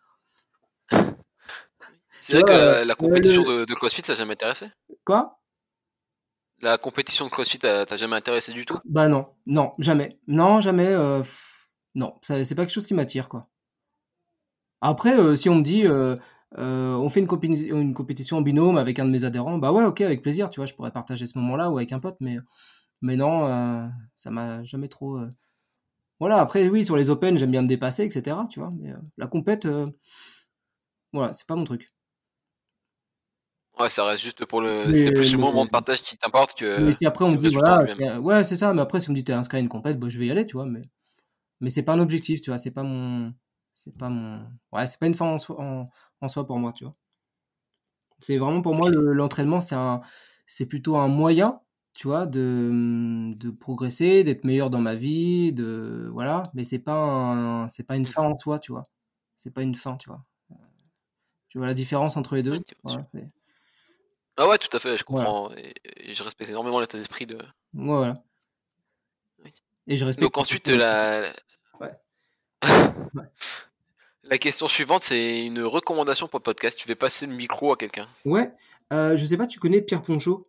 C'est Tu vrai vois, que la compétition de CrossFit t'a jamais intéressé? quoi? La compétition de CrossFit t'a jamais intéressé du tout? Bah non, non, jamais. Non, jamais, non, c'est pas quelque chose qui m'attire, quoi. Après, si on me dit, on fait une compétition en binôme avec un de mes adhérents, bah ouais, OK, avec plaisir, tu vois, je pourrais partager ce moment-là ou avec un pote, mais non, ça m'a jamais trop. Voilà, après, oui, sur les Open, j'aime bien me dépasser, etc., tu vois, mais la compète, voilà, c'est pas mon truc. Ouais, ça reste juste pour le. Mais, C'est plus le moment mais, de partage qui t'importe mais si après on que me le dit, résultat en voilà, lui-même. ouais, c'est ça, mais après, si on me dit, t'es inscrit à une compète, bah, je vais y aller, tu vois, mais c'est pas un objectif, tu vois, ouais, c'est pas une fin en soi pour moi, tu vois. C'est vraiment pour moi Ok. l'entraînement, c'est plutôt un moyen, tu vois, de progresser, d'être meilleur dans ma vie, voilà, mais c'est pas une fin en soi, tu vois. C'est pas une fin, tu vois. Tu vois la différence entre les deux? Ok, Voilà, ah ouais, tout à fait, je voilà. comprends. Et je respecte énormément l'état d'esprit de. Ouais, voilà. Oui. Et je respecte Donc les ensuite, personnes aussi. Ouais, ouais. la question suivante, c'est une recommandation pour le podcast. Tu fais passer le micro à quelqu'un. Ouais, je sais pas, tu connais Pierre Ponchot?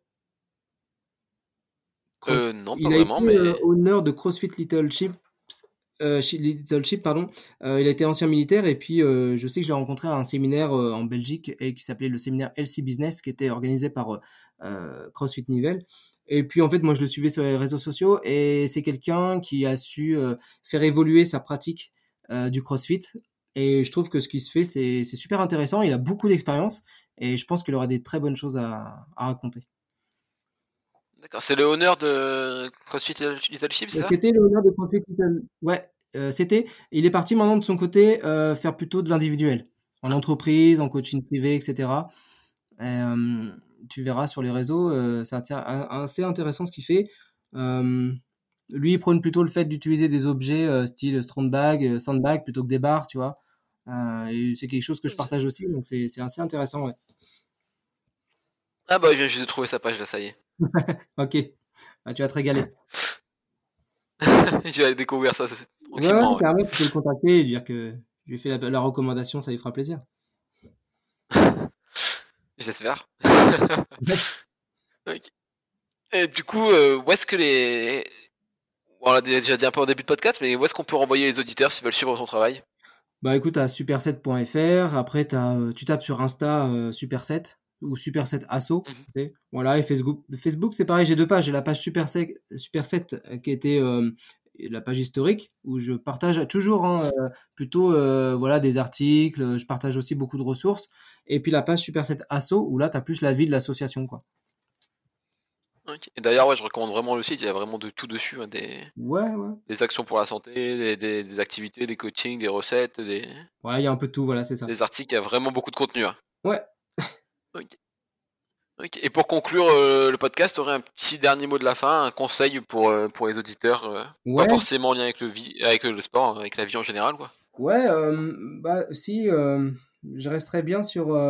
Cross Non, pas Il a vraiment, été, mais. honneur de CrossFit Little Ship, pardon. Il a été ancien militaire et puis je sais que je l'ai rencontré à un séminaire en Belgique et qui s'appelait le séminaire LC Business, qui était organisé par CrossFit Nivelles. Et puis en fait, moi je le suivais sur les réseaux sociaux et c'est quelqu'un qui a su faire évoluer sa pratique du CrossFit. Et je trouve que ce qui se fait, c'est super intéressant. Il a beaucoup d'expérience et je pense qu'il aura des très bonnes choses à raconter. D'accord, c'est le honneur de CrossFit Leadership, c'est ça? C'était le honneur de CrossFit Little. Ouais, il est parti maintenant de son côté faire plutôt de l'individuel, en entreprise, en coaching privé, etc. Tu verras sur les réseaux, c'est assez intéressant ce qu'il fait. Euh, Lui, il prône plutôt le fait d'utiliser des objets style sandbag plutôt que des barres, tu vois. Et c'est quelque chose que je partage aussi, donc c'est assez intéressant, ouais. Ah bah, je viens juste de trouver sa page là, ça y est. Ok, bah, tu vas te régaler. Je vais aller découvrir ça tranquillement. Ouais. Carrément, tu peux le contacter et lui dire que je lui ai fait la recommandation, ça lui fera plaisir. J'espère. Ouais. Ok. Et du coup, où est-ce que les... On l'a déjà dit un peu en début de podcast, mais où est-ce qu'on peut renvoyer les auditeurs s'ils veulent suivre ton travail? Bah écoute, à super7.fr, après tu tapes sur Insta Super7 ou Super7 Asso, Mhm. tu sais. Voilà, et Facebook c'est pareil, j'ai 2 pages, j'ai la page Super7 qui était la page historique où je partage toujours plutôt voilà des articles, je partage aussi beaucoup de ressources, et puis la page Super7 Asso où là tu as plus la vie de l'association, quoi. Ok. Et d'ailleurs, ouais, je recommande vraiment le site, il y a vraiment de tout dessus, hein, Ouais. des actions pour la santé, des activités, des coachings, des recettes, Ouais, il y a un peu de tout, voilà, c'est ça. des articles, il y a vraiment beaucoup de contenu. Hein. Ouais. Ok. Ok. Et pour conclure le podcast, tu aurais un petit dernier mot de la fin, un conseil pour les auditeurs, pas Ouais, forcément en lien avec avec le sport, avec la vie en général, quoi. ouais, bah si, je resterais bien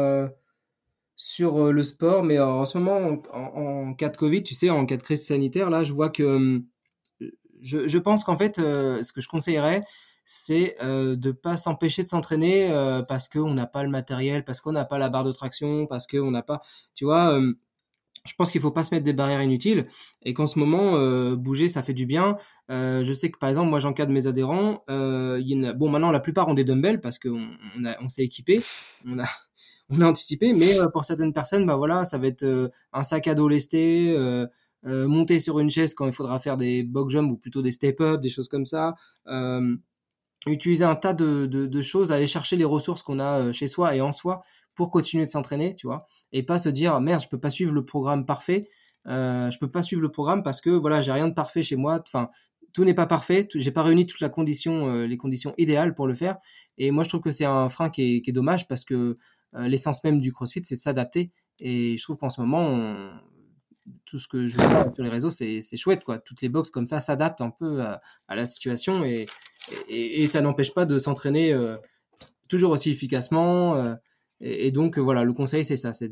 sur le sport, mais en ce moment, en cas de Covid, tu sais, en cas de crise sanitaire, là, je vois que je pense qu'en fait, ce que je conseillerais, c'est de pas s'empêcher de s'entraîner parce qu'on n'a pas le matériel, parce qu'on n'a pas la barre de traction, parce qu'on n'a pas, tu vois, je pense qu'il faut pas se mettre des barrières inutiles et qu'en ce moment, bouger, ça fait du bien. Je sais que par exemple, moi, j'encadre mes adhérents. Bon, maintenant, la plupart ont des dumbbells parce on s'est équipé, on a, on a anticipé, mais pour certaines personnes, bah voilà, ça va être un sac à dos lesté, monter sur une chaise quand il faudra faire des box jumps ou plutôt des step-up, des choses comme ça. Euh, Utiliser un tas de choses, aller chercher les ressources qu'on a chez soi et en soi pour continuer de s'entraîner, tu vois, et pas se dire merde, je peux pas suivre le programme parfait, je peux pas suivre le programme parce que voilà, j'ai rien de parfait chez moi, enfin tout n'est pas parfait, j'ai pas réuni toute la condition, les conditions idéales pour le faire, et moi je trouve que c'est un frein qui est dommage parce que l'essence même du CrossFit c'est de s'adapter, et je trouve qu'en ce moment tout ce que je vois sur les réseaux, c'est chouette, quoi. Toutes les box comme ça s'adaptent un peu à la situation et ça n'empêche pas de s'entraîner toujours aussi efficacement. Et donc, voilà, le conseil, c'est ça, c'est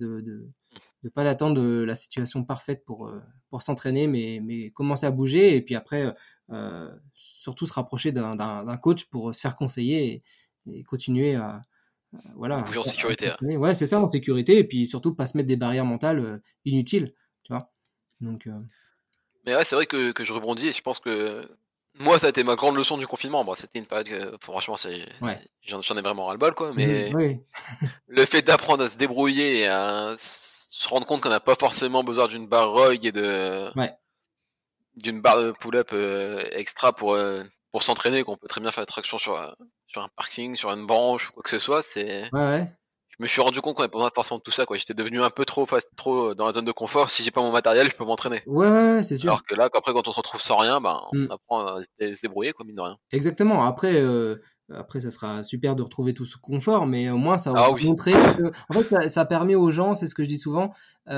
de pas d'attendre la situation parfaite pour s'entraîner, mais commencer à bouger et puis après, surtout se rapprocher d'un coach pour se faire conseiller et continuer voilà, Bouger en sécurité. Hein. s'entraîner. Ouais, c'est ça, en sécurité, et puis surtout pas se mettre des barrières mentales inutiles, tu vois. Donc, Mais ouais, c'est vrai que je rebondis et je pense que moi, ça a été ma grande leçon du confinement. Bon, c'était une période que, franchement, ouais. j'en ai vraiment ras-le-bol, quoi. Mais Oui, le fait d'apprendre à se débrouiller et à se rendre compte qu'on n'a pas forcément besoin d'une barre ROG et ouais, d'une barre de pull-up extra pour s'entraîner, qu'on peut très bien faire la traction sur un parking, sur une branche ou quoi que ce soit, ouais. je me suis rendu compte qu'on n'avait pas besoin forcément de tout ça, quoi. J'étais devenu un peu trop dans la zone de confort. Si j'ai pas mon matériel, je peux m'entraîner. Ouais, c'est sûr. Alors que là, après, quand on se retrouve sans rien, ben, Mm. on apprend à se débrouiller, quoi, mine de rien. Exactement. Après, ça sera super de retrouver tout ce confort, mais au moins, ça Ah aura oui. montré que, en fait, ça permet aux gens, c'est ce que je dis souvent,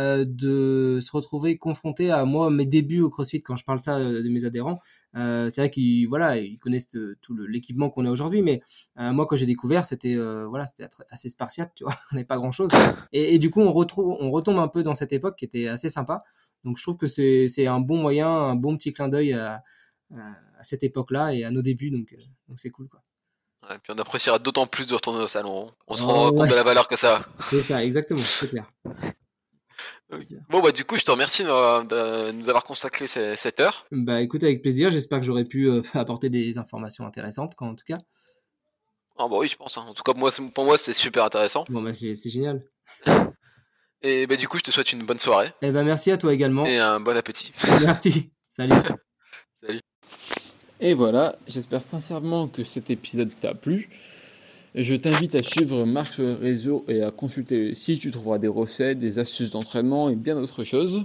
de se retrouver confrontés à moi, mes débuts au CrossFit, quand je parle ça de mes adhérents. C'est vrai qu'ils, voilà, ils connaissent tout l'équipement qu'on a aujourd'hui, mais moi, quand j'ai découvert, c'était, voilà, c'était assez spartiate, tu vois, on n'avait pas grand-chose. Et du coup, on retombe un peu dans cette époque qui était assez sympa. Donc, je trouve que c'est un bon moyen, un bon petit clin d'œil à cette époque-là et à nos débuts, donc c'est cool, quoi. Ouais, puis on appréciera d'autant plus de retourner au salon. On se Oh, rend compte de ouais, la valeur que ça a. c'est ça, exactement, c'est clair. Ok. C'est clair. Bon, bah, du coup, je te remercie de nous avoir consacré cette heure. Bah écoute, avec plaisir, j'espère que j'aurais pu apporter des informations intéressantes, en tout cas. Ah, bah oui, je pense. Hein. En tout cas, pour moi, c'est super intéressant. Bon, bah c'est génial. Et bah, du coup, je te souhaite une bonne soirée Eh ben merci à toi également. et un bon appétit. Merci, salut. Salut. Et voilà, j'espère sincèrement que cet épisode t'a plu. Je t'invite à suivre Marc sur les réseaux et à consulter le site, tu trouveras des recettes, des astuces d'entraînement et bien d'autres choses.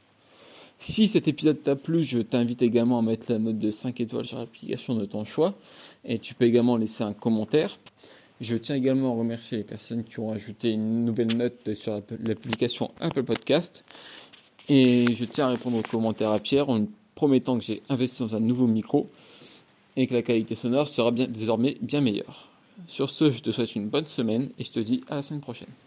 Si cet épisode t'a plu, je t'invite également à mettre la note de 5 étoiles sur l'application de ton choix et tu peux également laisser un commentaire. Je tiens également à remercier les personnes qui ont ajouté une nouvelle note sur l'application Apple Podcast. Et je tiens à répondre aux commentaires à Pierre. promettant que j'ai investi dans un nouveau micro et que la qualité sonore sera désormais bien meilleure. Sur ce, je te souhaite une bonne semaine et je te dis à la semaine prochaine.